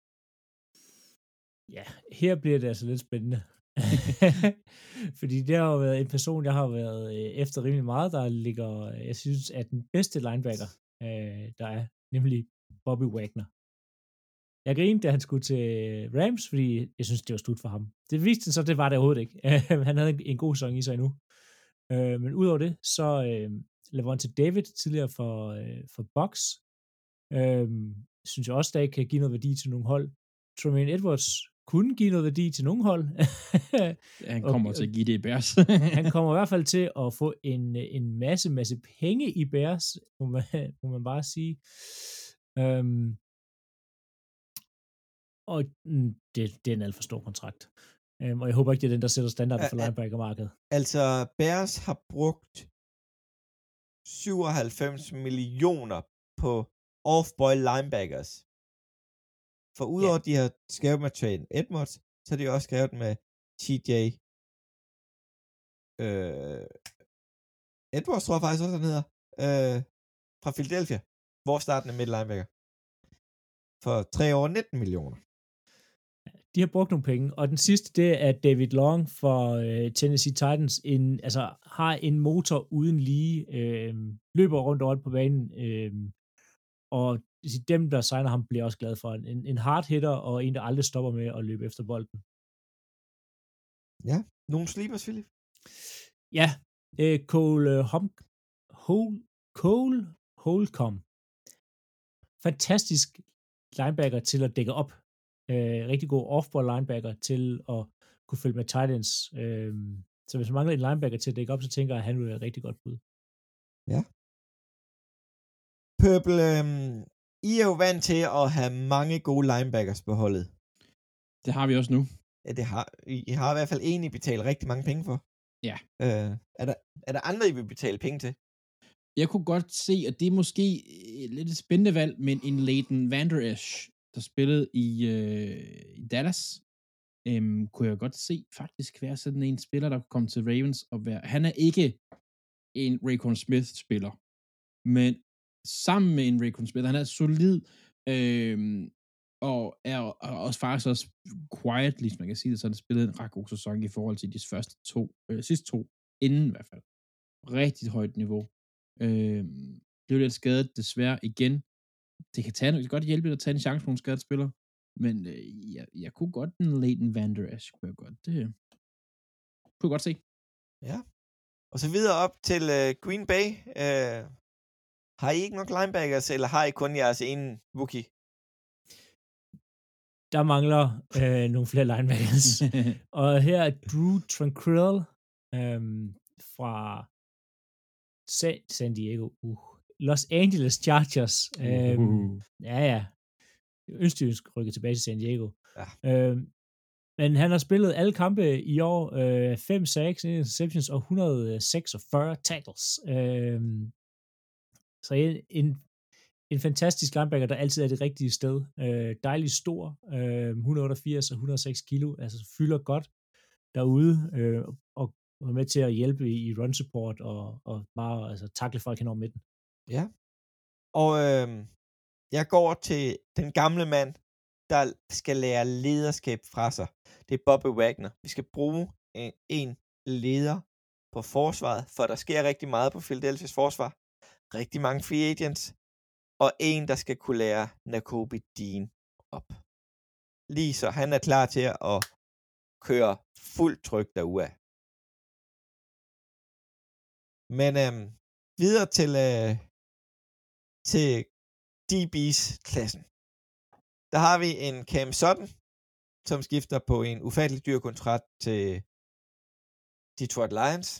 Ja, her bliver det altså lidt spændende. Fordi det har jo været en person, jeg har været efter rimelig meget, der ligger, jeg synes, er den bedste linebacker, der er, nemlig Bobby Wagner. Jeg grinede, da han skulle til Rams, fordi jeg synes, det var slut for ham. Det viste sig så, det var det overhovedet ikke. Han havde en god sæson i sig endnu. Men udover det, så Lavonte David, tidligere for Bucks, synes jeg også, der ikke kan give noget værdi til nogle hold. Tremaine Edwards kunne give noget værdi til nogle hold. Han kommer til at give det i Bears. Han kommer i hvert fald til at få en masse penge i Bears, må man bare sige. Og det er en alt for stor kontrakt. Og jeg håber ikke, det er den, der sætter standarden for linebacker-markedet. Altså, Bears har brugt 97 millioner på off-ball linebackers. For udover de har skrevet med Trent Edmonds, så har de også skrevet med TJ Edwards, tror jeg faktisk også, han hedder, fra Philadelphia, vores startende midt linebacker, for 3 år 19 millioner. De har brugt nogle penge, og den sidste, det er David Long for Tennessee Titans, har en motor uden lige, løber rundt på banen, og dem, der signer ham, bliver også glade for en hard hitter, og en, der aldrig stopper med at løbe efter bolden. Ja, nogle sleepers, Philip? Ja, Cole Holcomb. Fantastisk linebacker til at dække op. Rigtig god off-ball linebacker til at kunne følge med tight ends. Så hvis man mangler en linebacker til at dække op, så tænker jeg, at han vil være et rigtig godt bud. Ja. Purple, I er jo vant til at have mange gode linebackers på holdet. Det har vi også nu. Ja, I har i hvert fald en, I betaler rigtig mange penge for. Ja. Er der andre, I vil betale penge til? Jeg kunne godt se, at det er måske lidt et spændende valg, men en Leighton Vander Esch, der spillede i Dallas, kunne jeg godt se faktisk være sådan en spiller, der kunne komme til Ravens og være. Han er ikke en Raekwon Smith-spiller, men sammen med en Raekwon Smith, han er solid, og er også faktisk også quietly, hvis man kan sige det, så han spillede en ret god sæson i forhold til de sidste to, inden i hvert fald. Rigtig højt niveau. Blev lidt skadet, desværre igen. Det kan godt hjælpe at tage en chance på en skadet spiller, men jeg kunne godt en Leighton Vander Esch, kunne jeg godt se. Ja. Og så videre op til Green Bay. Har I ikke nok linebackers, eller har I kun jeres ene rookie? Der mangler nogle flere linebackers. Og her er Drew Tranquill fra San Diego. Los Angeles Chargers. Ja. Ønsker vi skal rykke tilbage til San Diego. Ja. Men han har spillet alle kampe i år. 5 sacks, interceptions og 146 tackles. Så en fantastisk linebacker, der altid er det rigtige sted. Dejligt stor. 188 og 106 kilo. Altså fylder godt derude. Og var med til at hjælpe i run support og bare takle folk hen over midten. Ja. Og jeg går til den gamle mand, der skal lære lederskab fra sig. Det er Bobby Wagner. Vi skal bruge en leder på forsvaret, for der sker rigtig meget på Philadelphia's forsvar. Rigtig mange free agents. Og en, der skal kunne lære Nakobe Dean op. Lige så han er klar til at køre fuldt tryk derudad. Men videre til DB's klassen. Der har vi en Cam Sutton, som skifter på en ufattelig dyr kontrakt til Detroit Lions.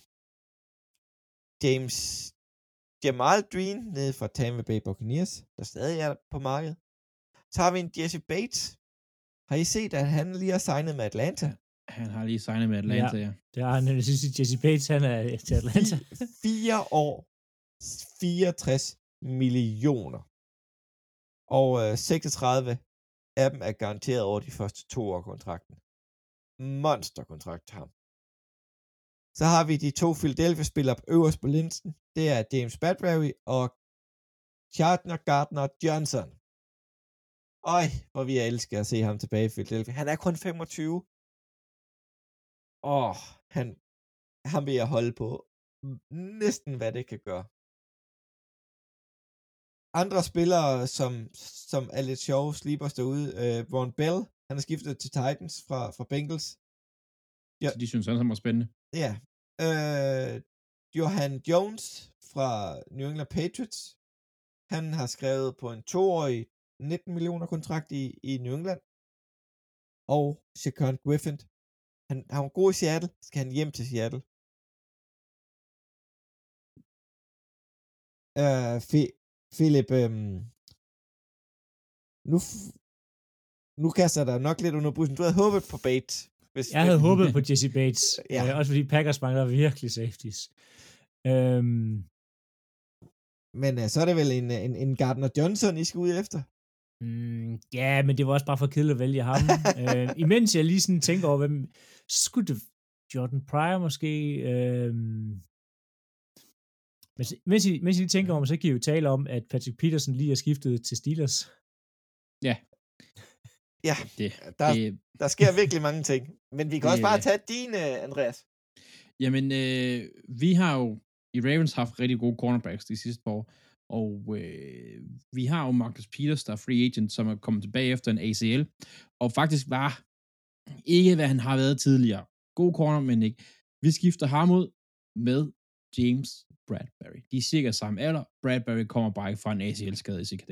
Jamal Green nede fra Tampa Bay Buccaneers, der stadig er på markedet. Så har vi en Jesse Bates. Har I set, at han lige har signet med Atlanta? Han har lige signet med Atlanta, ja. Det har han. Jeg synes, at Jesse Bates, han er til Atlanta. 4 år, 64 millioner. Og 36 af dem er garanteret over de første 2 år kontrakten. Monsterkontrakt til ham. Så har vi de 2 Philadelphia-spillere øverst på listen. Det er James Bradbury og Chandler Gardner Johnson. Øj, hvor vi elsker at se ham tilbage i Philadelphia. Han er kun 25. Han vil jeg holde på næsten, hvad det kan gøre. Andre spillere, som er lidt sjove, sleepers derude. Ron Bell, han er skiftet til Titans fra Bengals. Ja. Så de synes han var spændende. Ja. Johan Jones fra New England Patriots. Han har skrevet på en 2-årig 19 millioner kontrakt i New England. Og Shaquan Griffin. Han var god i Seattle. Skal han hjem til Seattle? Philip, nu kaster der nok lidt under bussen. Du havde håbet på Bates. Jeg havde håbet på Jesse Bates. Ja. Også fordi Packers mangler virkelig safeties. Men så er det vel en Gardner Johnson, I skal ud efter? Ja, men det var også bare for kedeligt at vælge ham. Imens jeg lige sådan tænker over, hvem skulle det Jordan Pryor måske... mens I lige tænker om, så kan I jo tale om, at Patrick Peterson lige er skiftet til Steelers. Ja. Ja, der sker virkelig mange ting. Men vi kan også bare tage dine, Andreas. Jamen, vi har jo i Ravens haft rigtig gode cornerbacks de sidste par år, og vi har jo Marcus Peters, der er free agent, som er kommet tilbage efter en ACL, og faktisk var ikke, hvad han har været tidligere. God corner, men ikke. Vi skifter ham ud med James Bradbury. De er cirka samme alder. Bradbury kommer bare ikke fra en ACL-skade i CKD.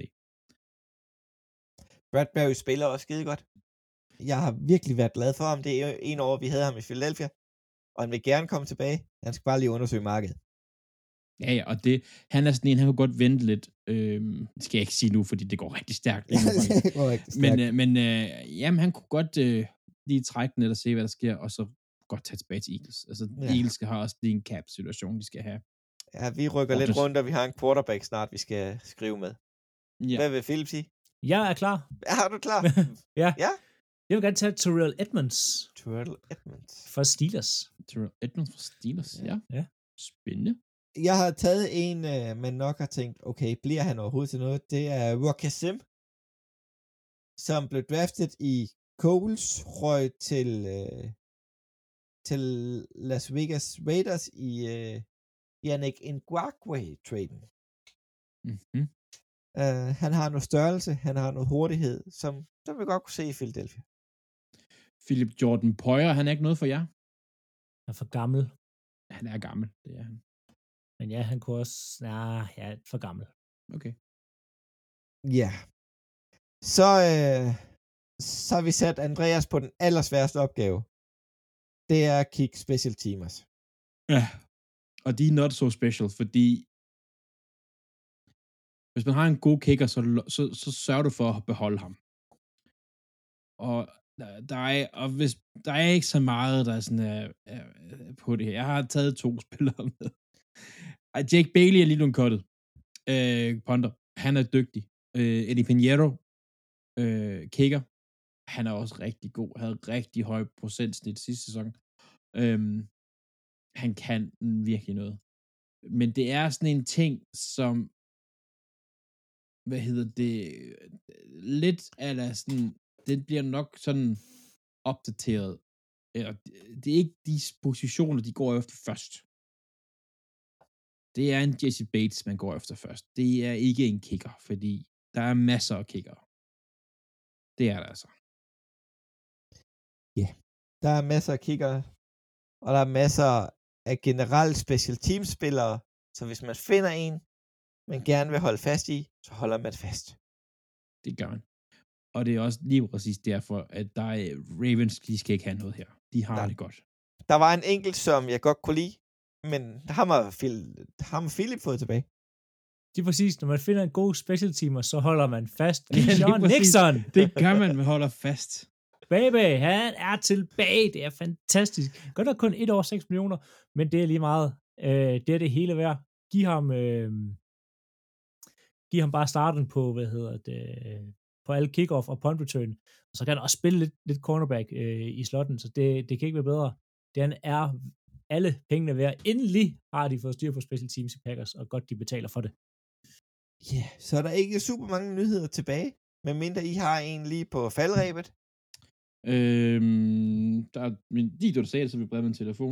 Bradbury spiller også skide godt. Jeg har virkelig været glad for ham. Det er en år, vi havde ham i Philadelphia, og han vil gerne komme tilbage. Han skal bare lige undersøge markedet. Ja, og han er sådan en, han kan godt vente lidt. Det skal jeg ikke sige nu, fordi det går rigtig stærkt. Men jamen, han kunne godt lige trække den og se, hvad der sker, og så godt tage tilbage til Eagles. Altså, Eagles skal have også lige en cap-situation, de skal have. Ja, vi rykker lidt rundt, og vi har en quarterback snart, vi skal skrive med. Ja. Hvad vil Philip sige? Jeg er klar. Er du klar? Ja. Jeg vil gerne tage Terrell Edmonds. For Steelers. Terrell Edmonds for Steelers, ja. Spændende. Jeg har taget en, man nok har tænkt, okay, bliver han overhovedet til noget? Det er Rocket Sim, som blev draftet i Coles, røg til Las Vegas Raiders i Yannick Ngakoue-traden. Mm-hmm. Han har noget størrelse, han har noget hurtighed, som vi godt kunne se i Philadelphia. Philip Jordan Poyer, han er ikke noget for jer? Han er for gammel. Han er gammel, det er han. Men ja, han kunne også... for gammel. Okay. Ja. Så har vi sat Andreas på den allersværeste opgave. Det er at kigge special teamers. Ja, og de er not so special, fordi hvis man har en god kicker, så sørger du for at beholde ham. Og der er ikke så meget, der er sådan på det her. Jeg har taget 2 spillere med. Jake Bailey er lige blevet cuttet. Punter. Han er dygtig. Eddie Pinheiro, kicker. Han er også rigtig god. Havde rigtig høj procentsnit sidste sæson. Han kan virkelig noget. Men det er sådan en ting, som lidt eller sådan, det bliver nok sådan opdateret. Det er ikke de positioner, de går efter først. Det er en Jesse Bates, man går efter først. Det er ikke en kicker, fordi der er masser af kickere. Det er der altså. Ja, der er masser af kickere, og der er masser af generelt special teamspillere, så hvis man finder en, man gerne vil holde fast i, så holder man fast. Det gør man. Og det er også lige præcis derfor, at der er Ravens, de skal ikke have noget her. De har det godt. Der var en enkelt, som jeg godt kunne lide, men ham har Philip fået tilbage. Det er præcis, når man finder en god special teamer, så holder man fast. John Nixon! Det gør man holder fast. Baby, han er tilbage. Det er fantastisk. Godt nok kun 1 år 6 millioner, men det er lige meget. Det er det hele værd. Giv ham bare starten på, på alle kickoff og punt return. Og så kan han også spille lidt cornerback i slotten, så det kan ikke være bedre. Den er alle pengene værd. Endelig har de fået styr på special teams i Packers, og godt de betaler for det. Ja, så er der ikke super mange nyheder tilbage, medmindre I har en lige på faldrebet. Lige da du sagde det, så vil jeg brede min telefon.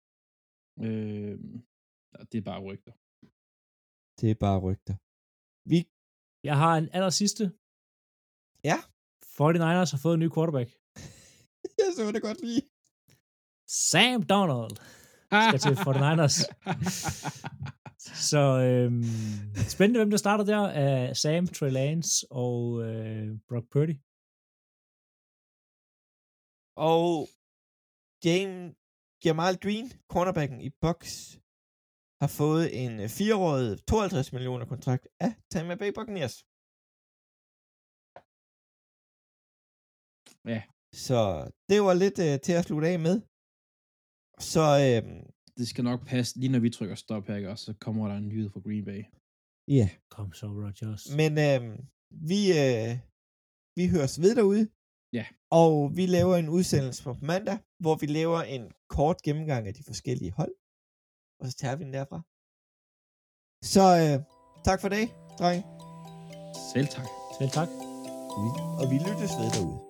Det er bare rygter. Det er bare rygter. Jeg har en aller sidste. Ja. 49ers har fået en ny quarterback. Jeg så det godt lige. Sam Darnold skal til 49ers. Så spændende, hvem der starter der af Sam, Trey Lance og Brock Purdy. Og Jamal Green, cornerbacken i Bucs, har fået en 4-årig 52 millioner kontrakt af Tampa Bay Buccaneers. Ja. Så det var lidt til at slutte af med. Så Det skal nok passe, lige når vi trykker stop her, ikke, også, så kommer der en nyhed fra Green Bay. ja. Kom så, Rodgers. Men vi høres ved derude. Ja. Og vi laver en udsendelse på mandag, hvor vi laver en kort gennemgang af de forskellige hold. Og så tager vi den derfra. Så tak for det, dreng. Selv tak. Selv tak. Og vi lyttes ved derude.